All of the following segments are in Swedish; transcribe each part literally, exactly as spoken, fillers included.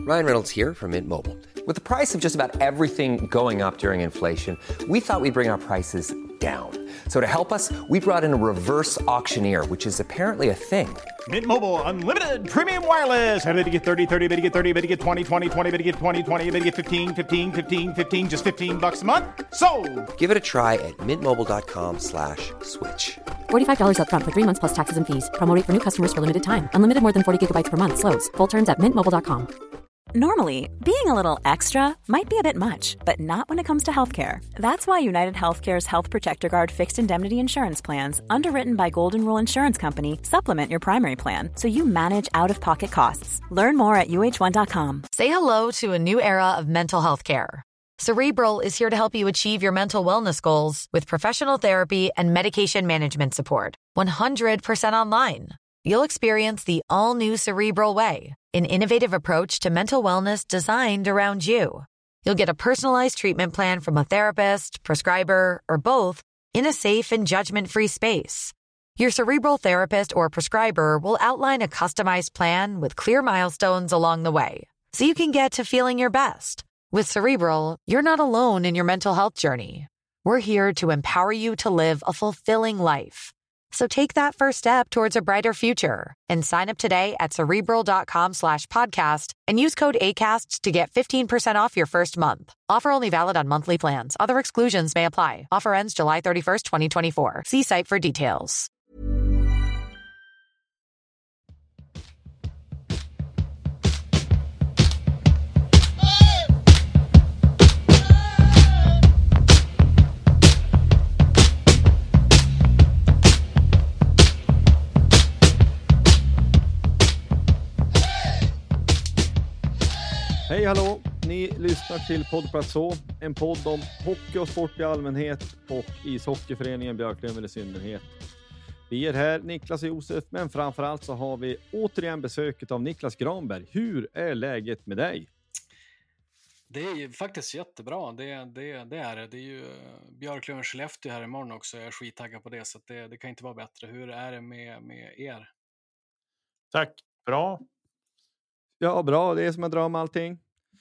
Ryan Reynolds here from Mint Mobile. With the price of just about everything going up during inflation, we thought we'd bring our prices down. So to help us, we brought in a reverse auctioneer, which is apparently a thing. Mint Mobile Unlimited Premium Wireless. How to get thirty, thirty, how to get thirty, how to get twenty, twenty, twenty, how to get twenty, twenty, how to get fifteen, fifteen, fifteen, fifteen, just fifteen bucks a month? Sold! Give it a try at mintmobile.com slash switch. forty-five dollars up front for three months plus taxes and fees. Promo rate for new customers for limited time. Unlimited more than forty gigabytes per month. Slows full terms at mint mobile dot com. Normally, being a little extra might be a bit much, but not when it comes to healthcare. That's why United Healthcare's Health Protector Guard fixed indemnity insurance plans, underwritten by Golden Rule Insurance Company, supplement your primary plan so you manage out-of-pocket costs. Learn more at U H one dot com. Say hello to a new era of mental health care. Cerebral is here to help you achieve your mental wellness goals with professional therapy and medication management support. one hundred percent online. You'll experience the all-new Cerebral Way, an innovative approach to mental wellness designed around you. You'll get a personalized treatment plan from a therapist, prescriber, or both in a safe and judgment-free space. Your Cerebral therapist or prescriber will outline a customized plan with clear milestones along the way, so you can get to feeling your best. With Cerebral, you're not alone in your mental health journey. We're here to empower you to live a fulfilling life. So take that first step towards a brighter future and sign up today at Cerebral.com slash podcast and use code ACAST to get fifteen percent off your first month. Offer only valid on monthly plans. Other exclusions may apply. Offer ends July thirty-first, twenty twenty-four. See site for details. Hej hallå, ni lyssnar till Poddplats H, en podd om hockey och sport i allmänhet och ishockeyföreningen Björklöven i synnerhet. Vi är här, Niklas och Josef, men framförallt så har vi återigen besöket av Niklas Granberg. Hur är läget med dig? Det är ju faktiskt jättebra, det, det, det är det. Det är ju Björklöven Skellefteå här imorgon också, jag är skittaggad på det, så att det, det kan inte vara bättre. Hur är det med, med er? Tack, bra. Ja, bra, det är som en dröm allting.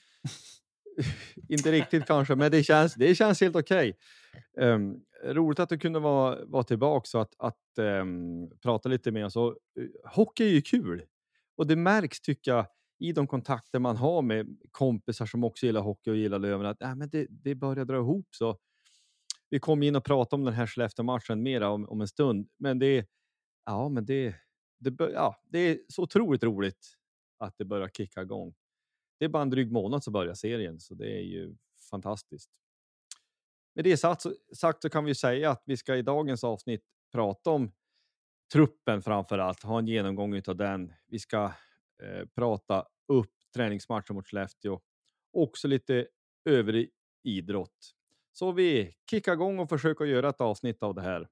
Inte riktigt kanske, men det känns, det känns helt okej. Okay. Um, roligt att du kunde vara, vara tillbaka så att, att um, prata lite med oss. Och, uh, hockey är ju kul. Och det märks, tycker jag, i de kontakter man har med kompisar som också gillar hockey och gillar Löven, att äh, men det, det börjar dra ihop. Så vi kommer in och prata om den här Skellefteå-matchen mer om, om en stund. Men det, ja, men det, det, bör, ja, det är så otroligt roligt att det börjar kicka igång. Det är bara en dryg månad så börjar serien, så det är ju fantastiskt. Med det sagt så, sagt så kan vi säga att vi ska i dagens avsnitt prata om truppen framför allt, ha en genomgång utav den. Vi ska eh, prata upp träningsmatchen mot Skellefteå, också lite övrig idrott. Så vi kickar igång och försöker göra ett avsnitt av det här.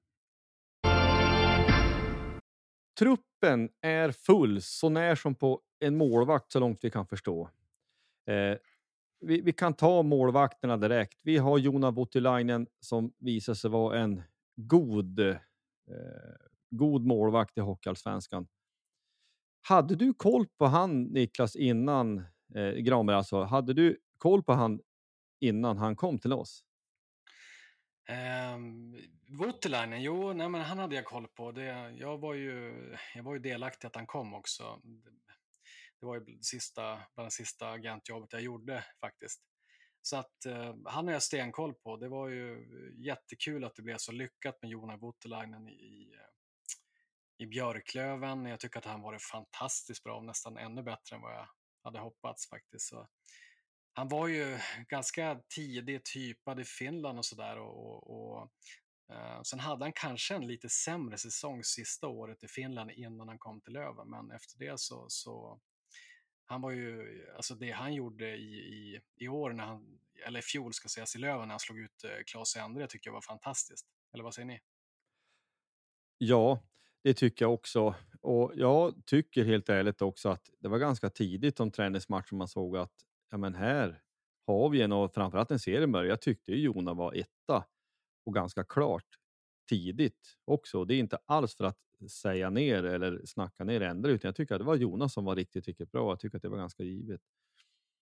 Truppen är full så när som på en målvakt så långt vi kan förstå. Eh, vi, vi kan ta målvakterna direkt. Vi har Joona Voutilainen som visar sig vara en god, eh, god målvakt i Hockeyallsvenskan. Hade du koll på han, Niklas, innan eh, Granberg alltså? Hade du koll på han innan han kom till oss? Um, Voutilainen, jo, nej, men han hade jag koll på. Det, jag, var ju, jag var ju delaktig att han kom också. Det var ju det sista, bland det sista agentjobbet jag gjorde faktiskt. Så att uh, han har jag stenkoll på. Det var ju jättekul att det blev så lyckat med Joona Voutilainen i, i Björklöven. Jag tycker att han var fantastiskt bra, nästan ännu bättre än vad jag hade hoppats faktiskt. Så han var ju ganska tidigt typad i Finland och sådär. Och, och, och, uh, sen hade han kanske en lite sämre säsong sista året i Finland innan han kom till Löven. Men efter det så... så han var ju, alltså det han gjorde i, i, i år, när han, eller i fjol ska sägas, i Löven, när han slog ut Claes Endre, tycker jag var fantastiskt. Eller vad säger ni? Ja, det tycker jag också. Och jag tycker helt ärligt också att det var ganska tidigt om träningsmatchen man såg att ja, men här har vi en, och framförallt en seriemör. Jag tyckte ju Joona var etta och ganska klart tidigt också. Det är inte alls för att säga ner eller snacka ner Endre, utan jag tycker att det var Joona som var riktigt, riktigt bra. Jag tycker att det var ganska givet.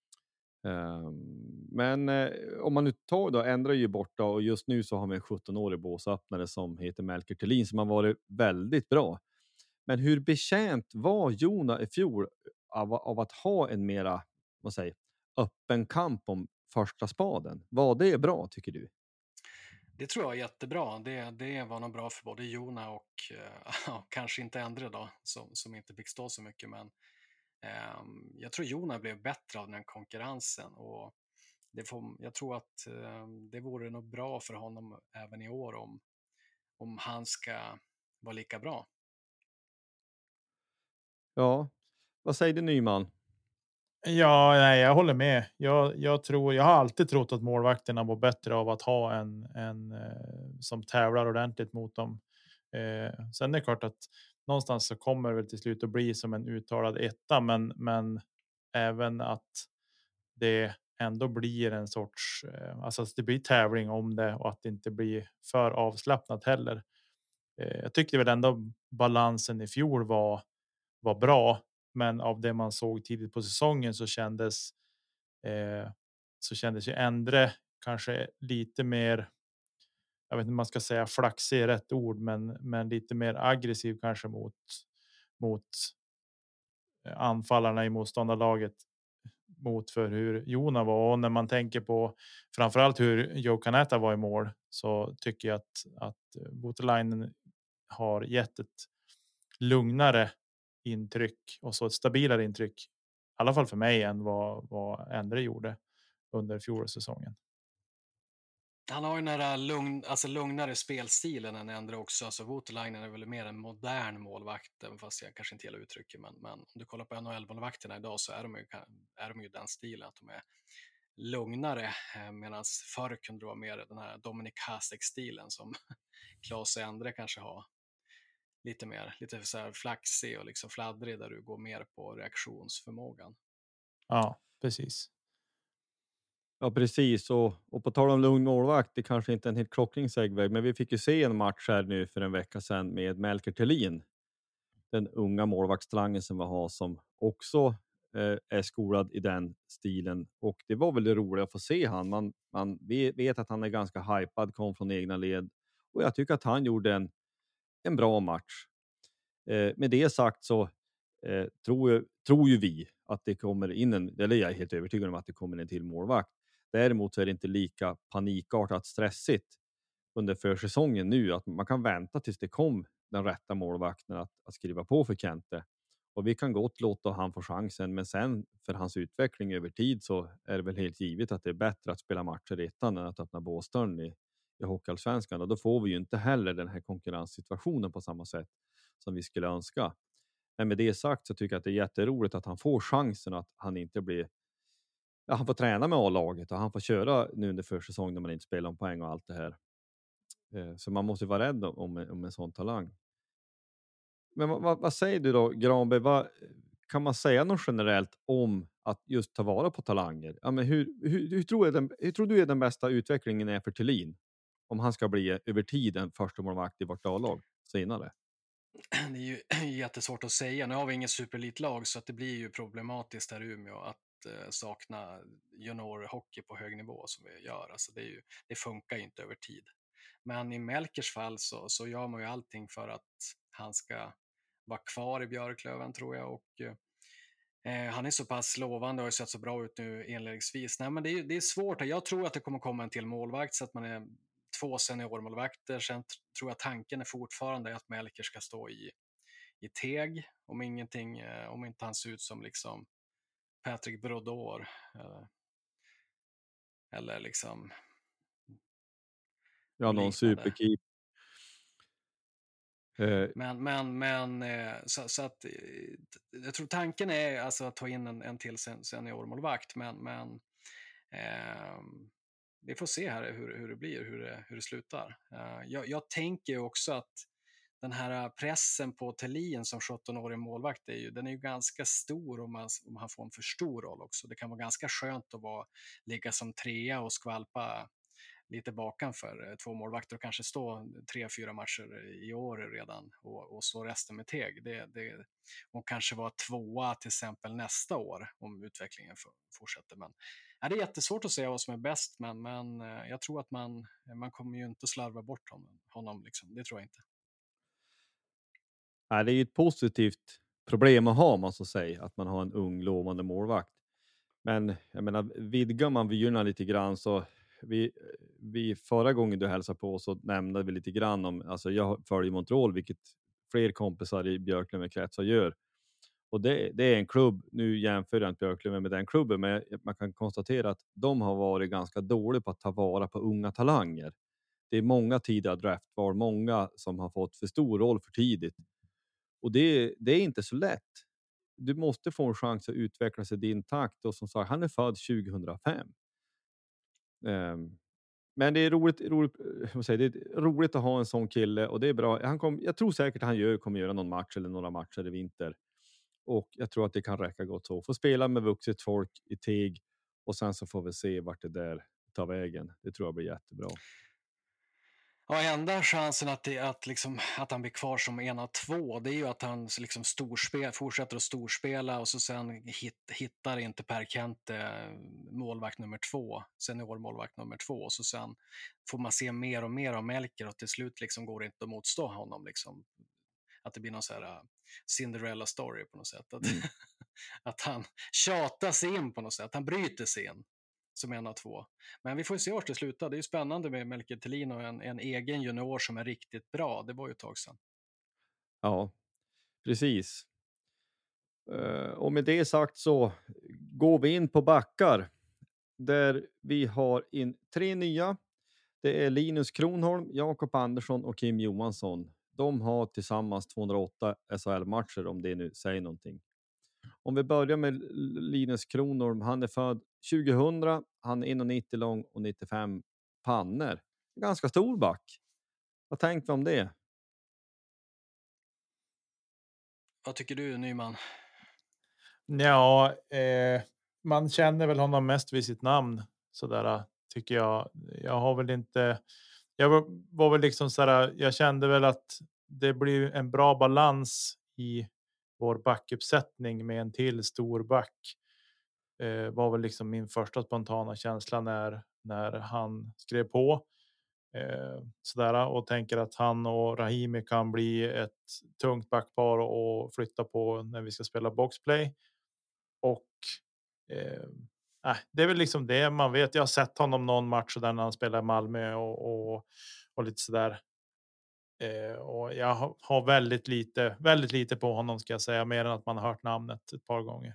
Um, men eh, om man nu tar då, ändrar ju bort då, och just nu så har vi en sjutton-årig båsöppnare som heter Melker Thelin som har varit väldigt bra. Men hur betjänt var Jona i fjol av, av att ha en mera, vad säger, öppen kamp om första spaden? Var det bra tycker du? Det tror jag är jättebra. Det, det var nog bra för både Jona och eh, kanske inte Endre då, som, som inte fick stå så mycket. Men eh, jag tror Jona blev bättre av den konkurrensen. Och det får, jag tror att eh, det vore nog bra för honom även i år om, om han ska vara lika bra. Ja, vad säger du Nyman? Ja, nej, jag håller med. Jag, jag tror, jag har alltid trott att målvakterna mår bättre av att ha en, en eh, som tävlar ordentligt mot dem. Eh, sen är det klart att någonstans så kommer det väl till slut att bli som en uttalad etta, men, men även att det ändå blir en sorts, eh, alltså att det blir tävling om det och att det inte blir för avslappnat heller. Eh, jag tyckte väl ändå balansen i fjol var, var bra. Men av det man såg tidigt på säsongen så kändes eh, så kändes ju Endre kanske lite mer. Jag vet inte om man ska säga flaxig är rätt ord, men men lite mer aggressiv kanske mot mot anfallarna i motståndarlaget mot för hur Jona var. Och när man tänker på framförallt hur Joe Canetta var i mål så tycker jag att att Voutilainen har gett ett lugnare intryck och så ett stabilare intryck, i alla fall för mig, än vad, vad Endre gjorde under fjolårssäsongen. Han har ju den här lugn, alltså lugnare spelstilen än Endre också. Alltså Voutilainen är väl mer en modern målvakt, fast jag kanske inte gillar uttrycket. Men, men om du kollar på N H L-målvakterna idag så är de, ju, är de ju den stilen att de är lugnare. Medan förr kunde det vara mer den här Dominik Hasek-stilen som Claes Endre kanske har. Lite mer, lite så här flaxig och liksom fladdrig där du går mer på reaktionsförmågan. Ja, precis. Ja, precis. Och, och på tal om lugn målvakt, det kanske inte är en helt klockring segway, men vi fick ju se en match här nu för en vecka sedan med Melker Thelin. Den unga målvaktstalangen som vi har som också eh, är skolad i den stilen. Och det var väl det roliga att få se han. Man, man vet att han är ganska hypad, kom från egna led. Och jag tycker att han gjorde en, en bra match. Eh, med det sagt så eh, tror, ju, tror ju vi att det kommer in en, eller jag är helt övertygad om att det kommer en till målvakt. Däremot så är det inte lika panikartat stressigt under försäsongen nu att man kan vänta tills det kom den rätta målvakten att, att skriva på för Kente. Och vi kan gott låta han få chansen, men sen för hans utveckling över tid så är det väl helt givet att det är bättre att spela matcher i ettan än att öppna båsdörren i, i Hockeyallsvenskan. Och då får vi ju inte heller den här konkurrenssituationen på samma sätt som vi skulle önska. Men med det sagt så tycker jag att det är jätteroligt att han får chansen, att han inte blir, ja, han får träna med A-laget och han får köra nu under försäsongen när man inte spelar om poäng och allt det här. Så man måste vara rädd om, om en sån talang. Men vad, vad, vad säger du då, Granberg? Vad, kan man säga något generellt om att just ta vara på talanger? Ja, men hur, hur, hur, tror jag den, hur tror du är den bästa utvecklingen är för Thelin? Om han ska bli över tid en första målvakt i vårt A-lag senare? Det är ju jättesvårt att säga. Nu har vi ingen superelitlag så att det blir ju problematiskt här i Umeå att eh, sakna juniorhockey på hög nivå som vi gör. Alltså det, är ju, det funkar ju inte över tid. Men i Melkers fall så, så gör man ju allting för att han ska vara kvar i Björklöven, tror jag. Och eh, han är så pass lovande och har sett så bra ut nu inledningsvis. Nej, men det är, det är svårt. Jag tror att det kommer komma en till målvakt så att man är två seniormålvakter. Sen tror jag tanken är fortfarande att Melker ska stå i, i teg. Om ingenting, eh, om inte han ser ut som liksom Patrick Brodeur. Eller, eller liksom... Ja, någon superkeep. Uh. Men, men, men så, så att jag tror tanken är alltså att ta in en, en till seniormålvakt, men, men eh, vi får se här hur, hur det blir, hur det, hur det slutar. Uh, jag, jag tänker också att den här pressen på Thelin som sjutton-årig målvakt är ju, den är ju ganska stor om man, om han får en för stor roll också. Det kan vara ganska skönt att vara, ligga som trea och skvalpa lite bakan för eh, två målvakter och kanske stå tre, fyra matcher i år redan och, och så resten med teg. Det, det, och kanske vara tvåa till exempel nästa år om utvecklingen för, fortsätter. Men ja, det är jättesvårt att säga vad som är bäst, men, men eh, jag tror att man, man kommer ju inte slarva bort honom. honom liksom. Det tror jag inte. Nej, det är ju ett positivt problem att ha, man så säga, att man har en ung lovande målvakt. Men jag menar, vidgar man vyerna lite grann så vi, vi förra gången du hälsade på så nämnde vi lite grann om, alltså jag följer Montreal, vilket fler kompisar i Björklöven-kretsar gör. Och det, det är en klubb, nu jämför jag inte Björklöven med den klubben, men man kan konstatera att de har varit ganska dåliga på att ta vara på unga talanger. Det är många tidiga draftval, många som har fått för stor roll för tidigt. Och det, det är inte så lätt. Du måste få en chans att utveckla sig i din takt. Och som sagt, han är född tjugohundrafem. Um, men det är roligt, roligt, vad säger, det är roligt att ha en sån kille. Och det är bra. Han kom, jag tror säkert att han gör, kommer göra någon match eller några matcher i vinter. Och jag tror att det kan räcka gott så. Få spela med vuxet folk i teg. Och sen så får vi se vart det där tar vägen. Det tror jag blir jättebra. Ja, enda chansen att, det, att, liksom, att han blir kvar som en av två, det är ju att han liksom storspel, fortsätter att storspela och så sen hit, hittar inte Per Kente målvakt nummer två, senior målvakt nummer två, och så sen får man se mer och mer av Melker och till slut liksom går det inte att motstå honom. Liksom. Att det blir någon så här uh, Cinderella story på något sätt. Att, mm. att han tjatar sig in på något sätt, han bryter sig in. Som en av två. Men vi får ju se vart det slutar. Det är ju spännande med Melker Thelin och en, en egen junior som är riktigt bra. Det var ju ett tag sedan. Ja, precis. Uh, och med det sagt så går vi in på backar. Där vi har in tre nya. Det är Linus Kronholm, Jakob Andersson och Kim Johansson. De har tillsammans tvåhundraåtta S H L-matcher, om det nu säger någonting. Om vi börjar med Linus Kronholm. Han är född tjugohundra. Han är en komma nittio lång och nittiofem pannor. Ganska stor back. Vad tänkte vi om det? Vad tycker du, Nyman? Ja, eh, man känner väl honom mest vid sitt namn. Sådär tycker jag. Jag har väl inte... Jag var, var väl liksom sådär... Jag kände väl att det blir en bra balans i vår backuppsättning med en till stor back. Eh, var väl liksom min första spontana känsla när, när han skrev på. Eh, sådär, och tänker att han och Rahimi kan bli ett tungt backpar och flytta på när vi ska spela boxplay. Och eh, äh, det är väl liksom det man vet. Jag har sett honom någon match där när han spelar i Malmö och, och, och lite sådär. Eh, och jag har, har väldigt lite, väldigt lite på honom, ska jag säga, mer än att man har hört namnet ett par gånger.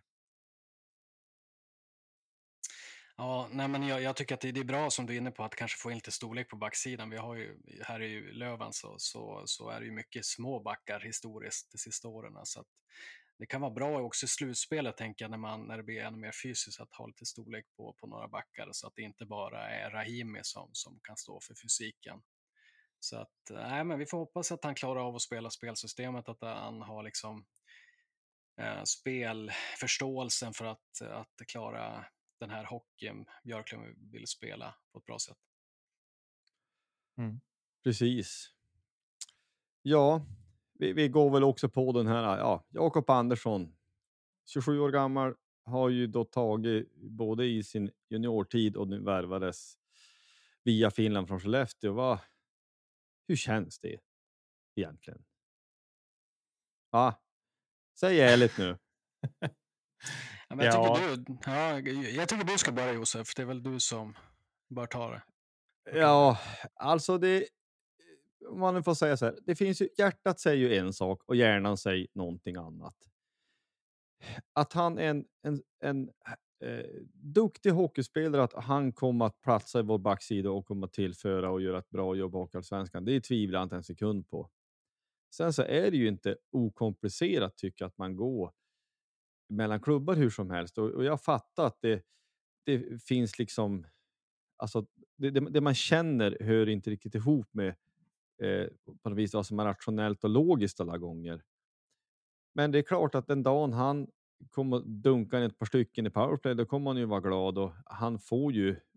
Ja, nej, men jag, jag tycker att det, det är bra som du är inne på att kanske få in lite storlek på backsidan. Vi har ju, här är ju Löven så, så, så är det ju mycket små backar historiskt de sista åren. Så att det kan vara bra också i slutspelet, tänker jag, när, man, när det blir ännu mer fysiskt, att ha lite storlek på, på några backar så att det inte bara är Rahimi som, som kan stå för fysiken. Så att, nej, men vi får hoppas att han klarar av att spela spelsystemet, att han har liksom eh, spelförståelsen för att, att klara den här hockeyn Björklöven vill spela på ett bra sätt. Mm. Precis. Ja, vi, vi går väl också på den här, ja, Jakob Andersson, tjugosju år gammal, har ju då tagit både i sin juniortid och nu värvades via Finland från Skellefteå. Va? Hur känns det egentligen? Ja, säg ärligt nu. Ja, men jag, ja. tycker du, ja, jag tycker du ska börja, Josef. Det är väl du som bör ta det. Ja, alltså det, om man får säga så här, det finns ju, hjärtat säger ju en sak och hjärnan säger någonting annat. Att han är en, en, en eh, duktig hockeyspelare, att han kommer att platsa i vår backsida och kommer att tillföra och göra ett bra jobb i Hockeyallsvenskan, det tvivlar jag inte en sekund på. Sen så är det ju inte okomplicerat, tycker jag, att man går mellan klubbar hur som helst. Och, och jag fattar att det, det finns liksom, alltså det, det, det man känner hör inte riktigt ihop med eh, på något vis vad som är rationellt och logiskt alla gånger. Men det är klart att den dagen han kommer dunka ett par stycken i powerplay, då kommer han ju vara glad, och han får ju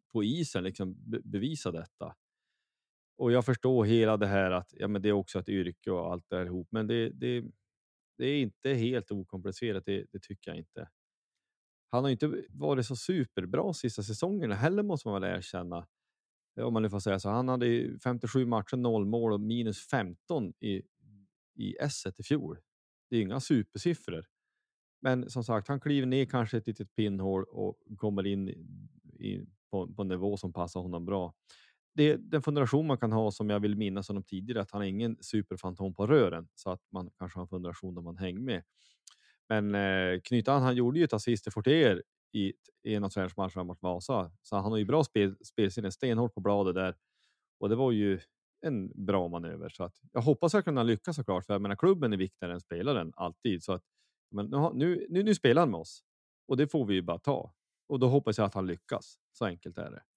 på isen liksom be- bevisa detta. Och jag förstår hela det här att ja, men det är också ett yrke och allt det här ihop. Men det, det, det är inte helt okomplicerat, det, det tycker jag inte. Han har inte varit så superbra sista säsongerna heller, måste man väl erkänna. Om man nu får säga så. Han hade ju femtiosju matcher, noll mål och minus femton i, i S ett i fjol. Det är inga supersiffror. Men som sagt, han kliver ner kanske ett litet pinnhål och kommer in i, i, på, på en nivå som passar honom bra. Det, den fundation man kan ha, som jag vill minnas honom tidigare, att han är ingen superfantom på rören, så att man kanske har en fundation där man hänger med. Men eh, Knytan, han gjorde ju ett assist för er i, i en av träningsmatcherna mot Vasa, så han har ju bra spel, spelsinne, stenhårt på bladet där, och det var ju en bra manöver. Så att jag hoppas jag kunna lyckas, såklart, för jag menar, klubben är viktigare än spelaren alltid, så att men nu, nu, nu, nu spelar han med oss och det får vi ju bara ta, och då hoppas jag att han lyckas. Så enkelt är det.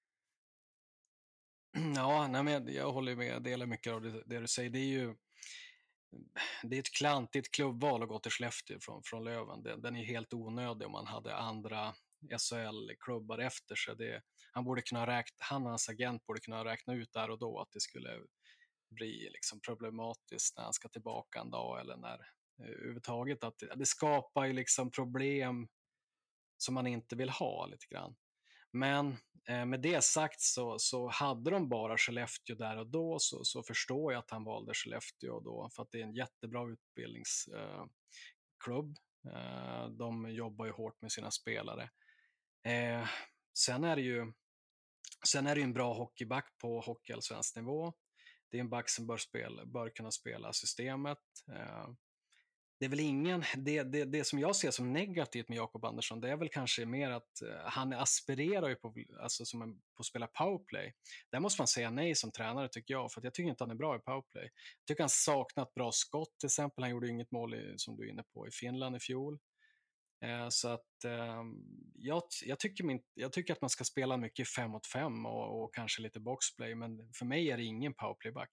Ja, nej, men jag håller med, jag delar mycket av det, det du säger. Det är ju det är ett klantigt klubbval att gå till Skellefteå från, från Löven. Den, den är helt onödig om man hade andra S H L-klubbar efter sig. Det, han, borde kunna räkna, han och hans agent borde kunna räkna ut där och då att det skulle bli liksom problematiskt när han ska tillbaka en dag, eller när överhuvudtaget, att det, det skapar ju liksom problem som man inte vill ha lite grann. Men eh, med det sagt så, så hade de bara Skellefteå där och då, så, så förstår jag att han valde Skellefteå då, för att det är en jättebra utbildningsklubb. Eh, eh, de jobbar ju hårt med sina spelare. Eh, sen är det ju sen är det ju en bra hockeyback på hockeyallsvensk nivå. Det är en back som bör, spela, bör kunna spela systemet. Eh, Det är väl ingen, det, det, det som jag ser som negativt med Jakob Andersson, det är väl kanske mer att uh, han aspirerar ju på, alltså som en, på att spela powerplay. Där måste man säga nej som tränare, tycker jag, för att jag tycker inte han är bra i powerplay. Jag tycker han saknat bra skott till exempel. Han gjorde inget mål i, som du är inne på, i Finland i fjol. Uh, så att uh, jag, jag, tycker min, jag tycker att man ska spela mycket fem mot fem och, och kanske lite boxplay, men för mig är det ingen powerplayback.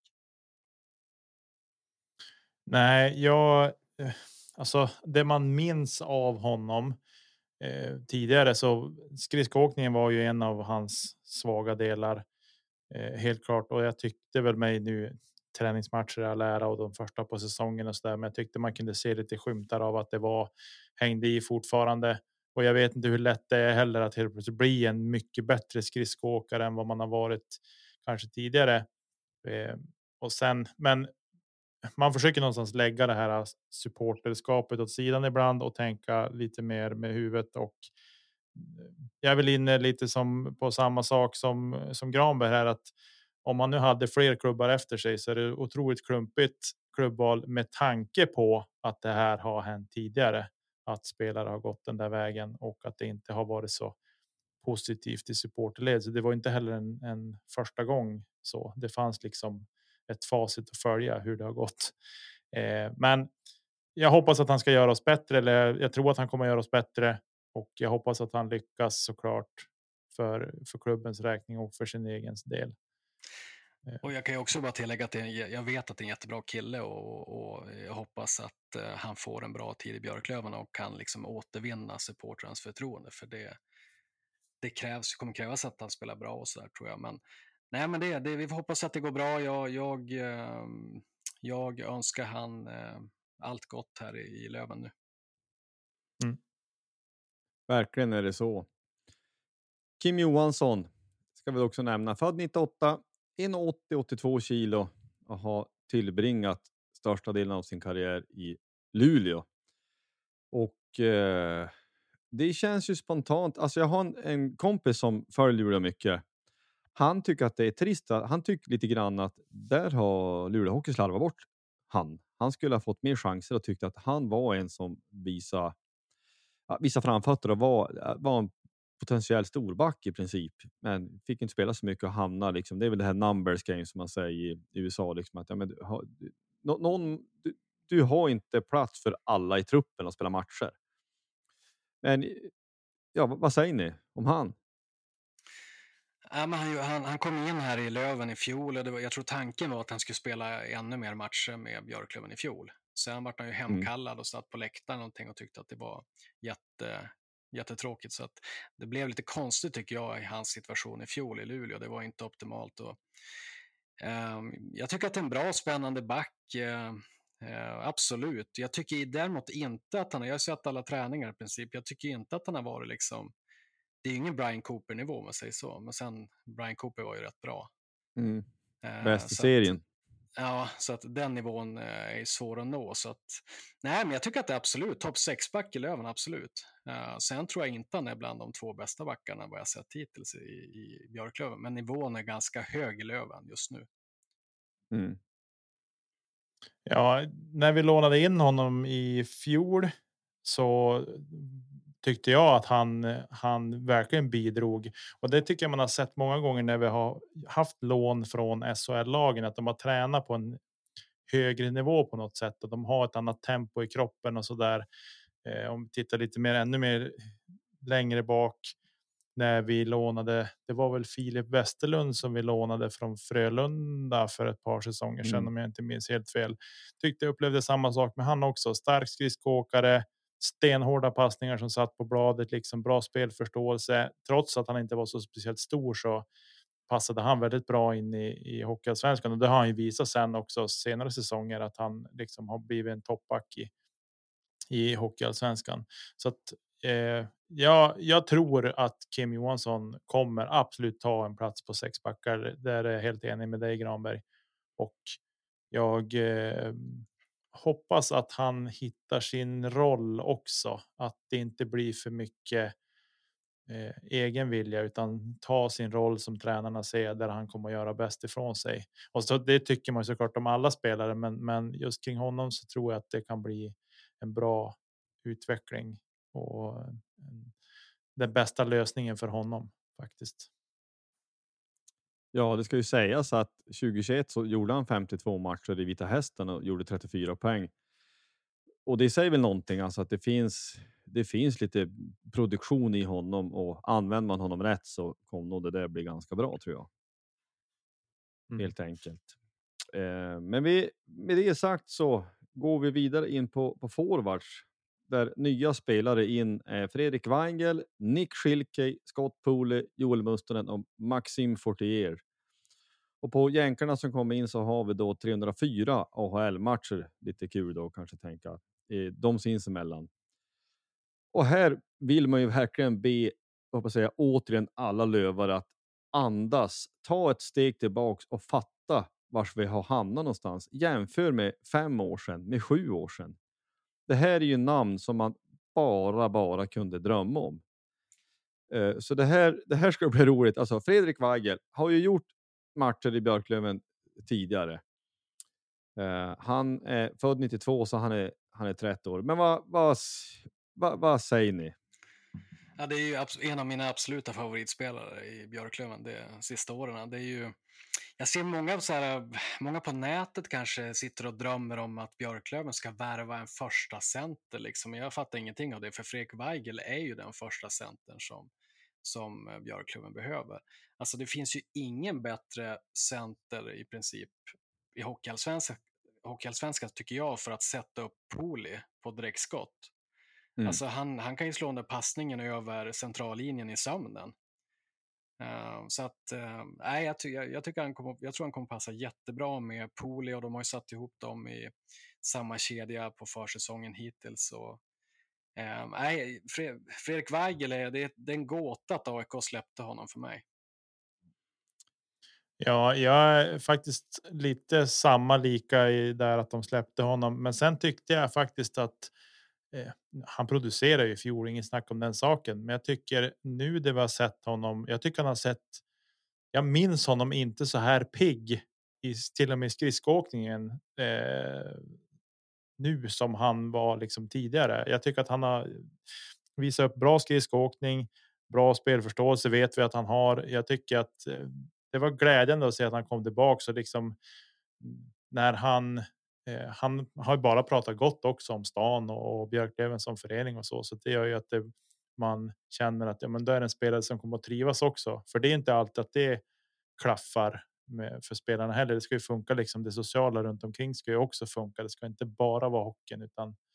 Nej, jag, alltså det man minns av honom eh, tidigare, så skridskoåkningen var ju en av hans svaga delar, eh, helt klart. Och jag tyckte väl mig nu träningsmatcher jag lära och de första på säsongen och så där, men jag tyckte man kunde se lite skymtar av att det var hängde i fortfarande. Och jag vet inte hur lätt det är heller att helt plötsligt bli en mycket bättre skridskoåkare än vad man har varit kanske tidigare. Eh, och sen, men man försöker någonstans lägga det här supporterskapet åt sidan ibland och tänka lite mer med huvudet, och jag är väl inne lite som på samma sak som som Granberg här, att om man nu hade fler klubbar efter sig så är det otroligt klumpigt klubbval med tanke på att det här har hänt tidigare, att spelare har gått den där vägen och att det inte har varit så positivt i supporterled. Så det var inte heller en, en första gång så. Det fanns liksom ett facit att följa hur det har gått. Eh, men jag hoppas att han ska göra oss bättre, eller jag tror att han kommer göra oss bättre, och jag hoppas att han lyckas såklart för, för klubbens räkning och för sin egen del. Eh. Och jag kan ju också bara tillägga att det är, jag vet att det är en jättebra kille, och, och jag hoppas att uh, han får en bra tid i Björklöven och kan liksom återvinna supportrarnas förtroende, för det, det krävs, kommer krävas att han spelar bra och så där, tror jag. Men nej, men det, det, vi får hoppas att det går bra. Jag, jag, uh, jag önskar han uh, allt gott här i, i Löven nu. Mm. Verkligen är det så. Kim Johansson ska vi också nämna. Född nittioåtta, en komma åttio åttiotvå kilo och har tillbringat största delen av sin karriär i Luleå. Och eh, det känns ju spontant. Alltså jag har en, en kompis som följer Luleå mycket. Han tycker att det är trist. Han tycker lite grann att där har Luleå Hockey slarvat bort han. Han skulle ha fått mer chanser och tyckte att han var en som visade ja, vissa framfötter och var, var en potentiell storback i princip, men fick inte spela så mycket och hamna liksom, det är väl det här numbers game som man säger i U S A liksom, att ja, men du, har, du, någon, du, du har inte plats för alla i truppen att spela matcher. Men ja, vad säger ni om han? Ja, men han, han, han kom in här i Löven i fjol, och det var, jag tror tanken var att han skulle spela ännu mer matcher med Björklöven i fjol. Sen var han ju hemkallad och satt på läktaren någonting och tyckte att det var jätte jättetråkigt. Så att det blev lite konstigt tycker jag i hans situation i fjol i Luleå. Det var inte optimalt. Och, eh, jag tycker att det är en bra spännande back. Eh, eh, absolut. Jag tycker däremot inte att han, jag har sett alla träningar i princip, jag tycker inte att han har varit liksom, det är ingen Brian Cooper-nivå om man säger så. Men sen, Brian Cooper var ju rätt bra. Mm. Eh, Bäst i så serien. Att, ja, så att den nivån eh, är svår att nå. Så att, nej, men jag tycker att det är absolut topp sex back i Löven, absolut. Uh, sen tror jag inte han är bland de två bästa backarna vad jag sett hittills i, i Björklöven. Men nivån är ganska hög i Löven just nu. Mm. Ja, när vi lånade in honom i fjol så tyckte jag att han, han verkligen bidrog. Och det tycker jag man har sett många gånger när vi har haft lån från S H L-lagen, att de har tränat på en högre nivå på något sätt. Och de har ett annat tempo i kroppen och så där. Eh, om vi tittar lite mer, ännu mer längre bak när vi lånade, det var väl Filip Westerlund som vi lånade från Frölunda för ett par säsonger sedan, Mm. om jag inte minns helt fel. Tyckte jag upplevde samma sak med han också. Stark skridskoåkare, stenhårda passningar som satt på bladet, liksom bra spelförståelse. Trots att han inte var så speciellt stor så passade han väldigt bra in i, i Hockeyallsvenskan, och det har han ju visat sen också senare säsonger att han liksom har blivit en toppback i, i Hockeyallsvenskan. Så att eh, ja, jag tror att Kim Johansson kommer absolut ta en plats på sex backar. Där är jag helt enig med dig, Granberg. Och jag eh, hoppas att han hittar sin roll också. Att det inte blir för mycket eh, egen vilja, utan ta sin roll som tränarna ser där han kommer att göra bäst ifrån sig. Och så det tycker man såklart om alla spelare, men, men just kring honom så tror jag att det kan bli en bra utveckling och den bästa lösningen för honom faktiskt. Ja, det ska ju sägas att tjugohundratjugoett så gjorde han femtiotvå matcher i Vita Hästen och gjorde trettiofyra poäng. Och det säger väl någonting, alltså att det finns, det finns lite produktion i honom, och använder man honom rätt så kommer nog det där bli ganska bra, tror jag. Mm. Helt enkelt. Eh, men vi, med det sagt så går vi vidare in på, på forwards. Där nya spelare in är Fredrik Weingel, Nick Schilkey, Scott Pooley, Joel Mustonen och Maxime Fortier. Och på jänkarna som kommer in så har vi då trehundrafyra A H L-matcher. Lite kul då kanske tänka. Eh, de sinsemellan. Och här vill man ju verkligen be, vad jag säga, återigen alla lövare att andas, ta ett steg tillbaks och fatta vars vi har hamnat någonstans. Jämför med fem år sedan, med sju år sedan. Det här är ju namn som man bara, bara kunde drömma om. Uh, så det här, det här ska bli roligt. Alltså Fredrik Weigel har ju gjort matcher i Björklöven tidigare. Uh, han är född nittiotvå, så han är, han är trettio år. Men vad, vad, vad, vad säger ni? Ja, det är ju en av mina absoluta favoritspelare i Björklöven de sista åren. Det är ju, jag ser många, så här, många på nätet kanske sitter och drömmer om att Björklöven ska värva en första center. Liksom. Jag fattar ingenting av det, för Fredrik Weigel är ju den första centern som, som Björklöven behöver. Alltså det finns ju ingen bättre center i princip i Hockeyallsvenskan, Hockeyallsvenskan tycker jag, för att sätta upp Pooley på direktskott. Mm. Alltså han, han kan ju slå under passningen över centrallinjen i sömnen. Uh, så att, uh, jag, ty- jag, jag, tycker han kommer, jag tror han kommer passa jättebra med Pooley, och de har ju satt ihop dem i samma kedja på försäsongen hittills. Och, uh, nej, Fred, Fredrik Weigel är, det, det är en gåta att A I K släppte honom för mig. Ja, jag är faktiskt lite samma lika i där att de släppte honom. Men sen tyckte jag faktiskt att eh, han producerar ju i fjol, ingen snack om den saken. Men jag tycker nu det vi har sett honom, jag tycker han har sett, jag minns honom inte så här pigg i till och med skridskoåkningen eh, nu som han var liksom tidigare. Jag tycker att han har visat upp bra skridskoåkning, bra spelförståelse vet vi att han har. Jag tycker att eh, det var glädjande att se att han kom tillbaka, så liksom när han eh, han har ju bara pratat gott också om stan och, och Björklöven som förening och så, så det gör ju att det, man känner att ja, men då är det en spelare som kommer att trivas också, för det är inte alltid att det klaffar med, för spelarna heller. Det ska ju funka liksom, det sociala runt omkring ska ju också funka. Det ska inte bara vara hockeyn, utan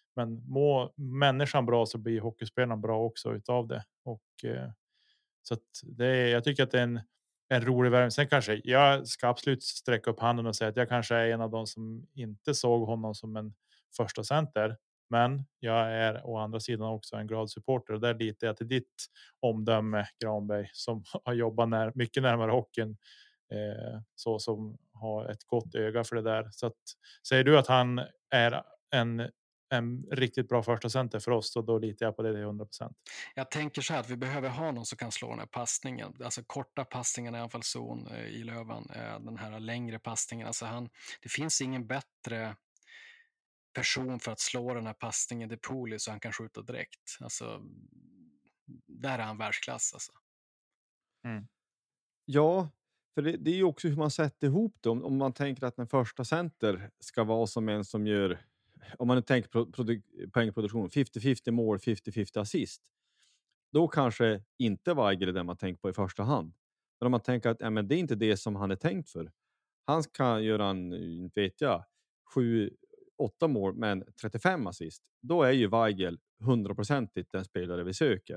men må människan bra så blir hockeyspelaren bra också utav det. Och eh, så att det är, jag tycker att det är en, en rolig värld. Sen kanske jag ska absolut sträcka upp handen och säga att jag kanske är en av de som inte såg honom som en första center. Men jag är å andra sidan också en glad supporter och där litar jag till ditt omdöme, Granberg, som har jobbat när, mycket närmare hockeyn, eh, så som har ett gott öga för det där. Så att, säger du att han är en, en riktigt bra första center för oss, och då litar jag på det till hundra procent. Jag tänker så här att vi behöver ha någon som kan slå den här passningen, alltså korta passningen i anfallszon eh, i Löven, eh, den här längre passningen. Alltså han, det finns ingen bättre person för att slå den här passningen till Poli så han kan skjuta direkt. Alltså, där är han världsklass alltså. Mm. Ja, för det, det är ju också hur man sätter ihop dem. Om man tänker att den första center ska vara som en som gör, om man nu tänker på produ- poängproduktion, femtio femtio mål, femtio femtio assist. Då kanske inte Weigel är det man tänker på i första hand. Men om man tänker att ja, men det är inte det som han är tänkt för. Han kan göra en, inte vet jag, sju åtta mål men trettiofem assist. Då är ju Weigel hundraprocentigt den spelare vi söker.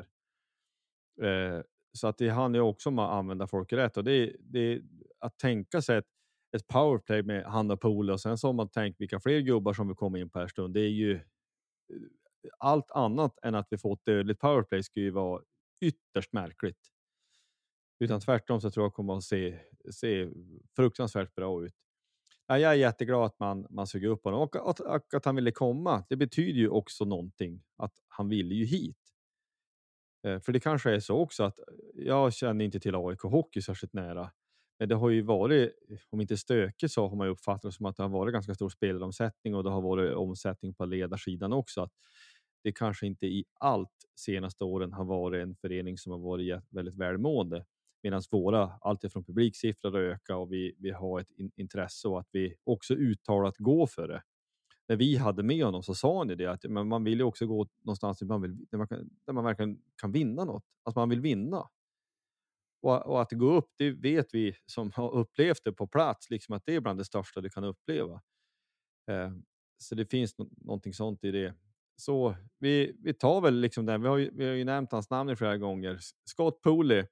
Eh, så att det handlar ju också om att använda folk rätt. Och det är, det är att tänka sig ett, ett powerplay med han och Pole, och sen så har man tänkt vilka fler gubbar som vill komma in på här stund. Det är ju allt annat än att vi får ett dödligt powerplay skulle ju vara ytterst märkligt. Utan tvärtom så tror jag kommer att se, se fruktansvärt bra ut. Ja, jag är jätteglad att man, man suger upp honom. Och att, att, att han ville komma, det betyder ju också någonting. Att han ville ju hit. Eh, för det kanske är så också att jag känner inte till A I K hockey särskilt nära. Men det har ju varit, om inte stökigt så har man ju uppfattat det som att det har varit ganska stor spelomsättning. Och det har varit omsättning på ledarsidan också. Att det kanske inte i allt senaste åren har varit en förening som har varit väldigt välmående. Medan våra, allt från publiksiffror ökar och vi, vi har ett in, intresse och att vi också uttalat gå för det. När vi hade med honom så sa ni det att men man vill ju också gå någonstans där man, vill, där man, kan, där man verkligen kan vinna något. Att man vill vinna. Och, och att gå upp, det vet vi som har upplevt det på plats. Liksom att det är bland det största du kan uppleva. Eh, så det finns no- någonting sånt i det. Så vi, vi tar väl liksom den. Vi har, ju, vi har ju nämnt hans namn i flera gånger. Scott Poli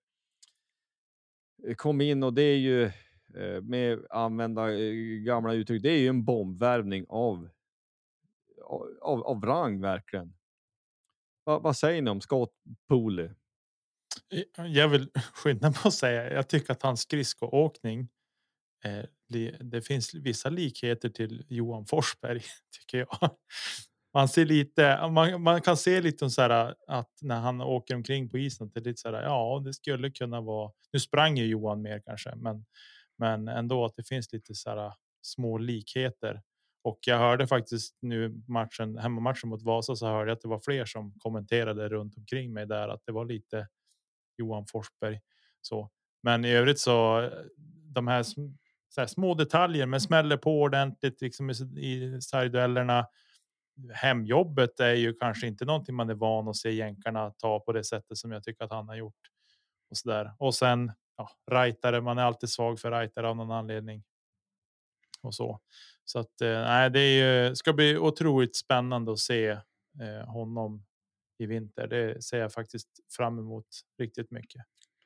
kom in och det är ju eh, med använda eh, gamla uttryck. Det är ju en bombvärvning av, av, av rang verkligen. Va, vad säger ni om Scott Poli? Jag vill skynda på att säga. Jag tycker att hans skridskoåkning. Eh, det finns vissa likheter till Johan Forsberg tycker jag. Man ser lite, man, man kan se lite så här att när han åker omkring på isen att det är lite så här, ja, det skulle kunna vara. Nu sprang ju Johan mer kanske, men men ändå att det finns lite så här små likheter. Och jag hörde faktiskt nu matchen hemmamatchen mot Vasa så hörde jag att det var fler som kommenterade runt omkring mig där att det var lite Johan Forsberg så. Men i övrigt så de här, så här små detaljer men smäller på ordentligt liksom i sargduellerna. Hemjobbet är ju kanske inte någonting man är van att se jänkarna ta på det sättet som jag tycker att han har gjort. Och så där. Och sen ja, rightare, man är alltid svag för rightare av någon anledning. Och så. Så att eh, nej, det är ju, ska bli otroligt spännande att se eh, honom i vinter. Det ser jag faktiskt fram emot riktigt mycket.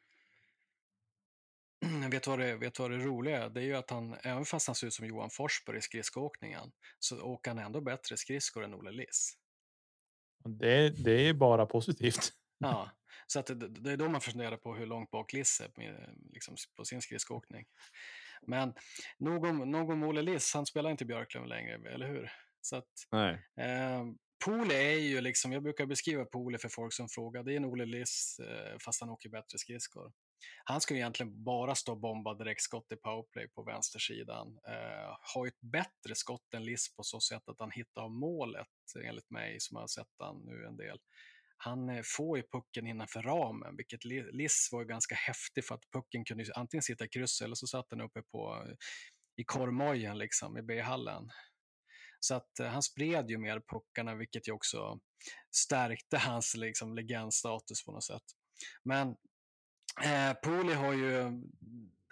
Jag vet vad det, vet vad det roliga är. Det är ju att han, även fast han ser ut som Johan Forsberg i skridskoåkningen, så åker han ändå bättre skridskor än Olle Liss. Och det, det är bara positivt. Ja, så att det, det är då man funderar på hur långt bak Liss är med, liksom, på sin skridskoåkning. Men nog om, nog om Olle Liss, han spelar inte Björklöven längre, eller hur? Så att, Nej. Eh, Pole är ju liksom, jag brukar beskriva Pole för folk som frågar, det är en Olle Liss eh, fast han åker bättre skridskor. Han ska ju egentligen bara stå och bomba direktskott i powerplay på vänstersidan. Eh, har ett bättre skott än Liss på så sätt att han hittar målet enligt mig som har sett han nu en del. Han eh, får ju pucken innanför ramen, vilket Liss var ju ganska häftig för att pucken kunde antingen sitta i kryss eller så satt den uppe på i kormojen liksom i B-hallen. Så att eh, han spred ju mer puckarna, vilket ju också stärkte hans liksom legendstatus på något sätt. Men Eh, Poli har ju,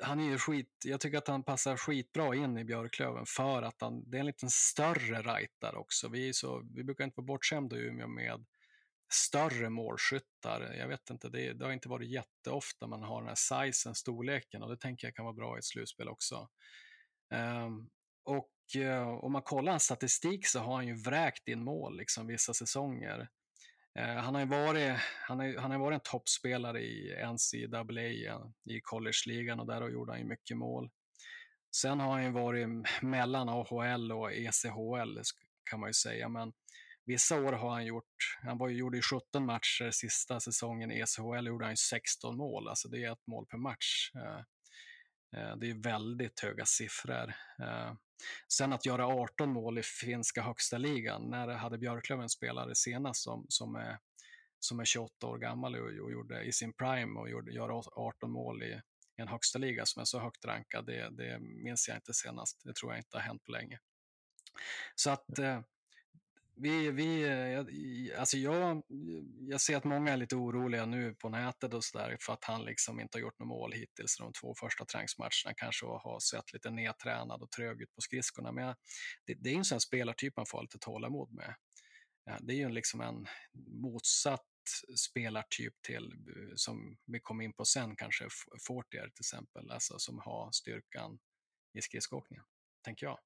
han är ju skit, jag tycker att han passar skitbra in i Björklöven för att han, det är en liten större rightare också. Vi, är så, vi brukar inte vara bortskämda i Umeå med större målskyttar. Jag vet inte, det, det har inte varit jätteofta man har den här sizen, storleken, och det tänker jag kan vara bra i ett slutspel också. Um, och uh, om man kollar hans statistik så har han ju vräkt in mål liksom vissa säsonger. Uh, han har ju varit, han har, han har varit en toppspelare i N C double A i college-ligan, och där gjorde han ju mycket mål. Sen har han ju varit mellan A H L och E C H L kan man ju säga, men vissa år har han gjort, han var ju, gjorde ju sjutton matcher sista säsongen i E C H L, gjorde han ju sexton mål, alltså det är ett mål per match. Det är väldigt höga siffror. Sen att göra arton mål i finska högsta ligan, när hade Björklöven spelare senast som, som, är, som är tjugoåtta år gammal och, och gjorde i sin prime och gjorde, göra arton mål i en högsta liga som är så högt rankad, det, det minns jag inte senast. Det tror jag inte har hänt på länge. Så att eh, vi, vi alltså jag, jag ser att många är lite oroliga nu på nätet och så där, för att han liksom inte har gjort något mål hittills de två första träningsmatcherna, kanske har sett lite nedtränad och trög ut på skridskorna, men det, det är en sån spelartyp man får lite tålamod med. Ja, det är ju liksom en motsatt spelartyp till, som vi kommer in på sen, kanske Fortier till exempel, alltså som har styrkan i skridskoåkningen, tänker jag.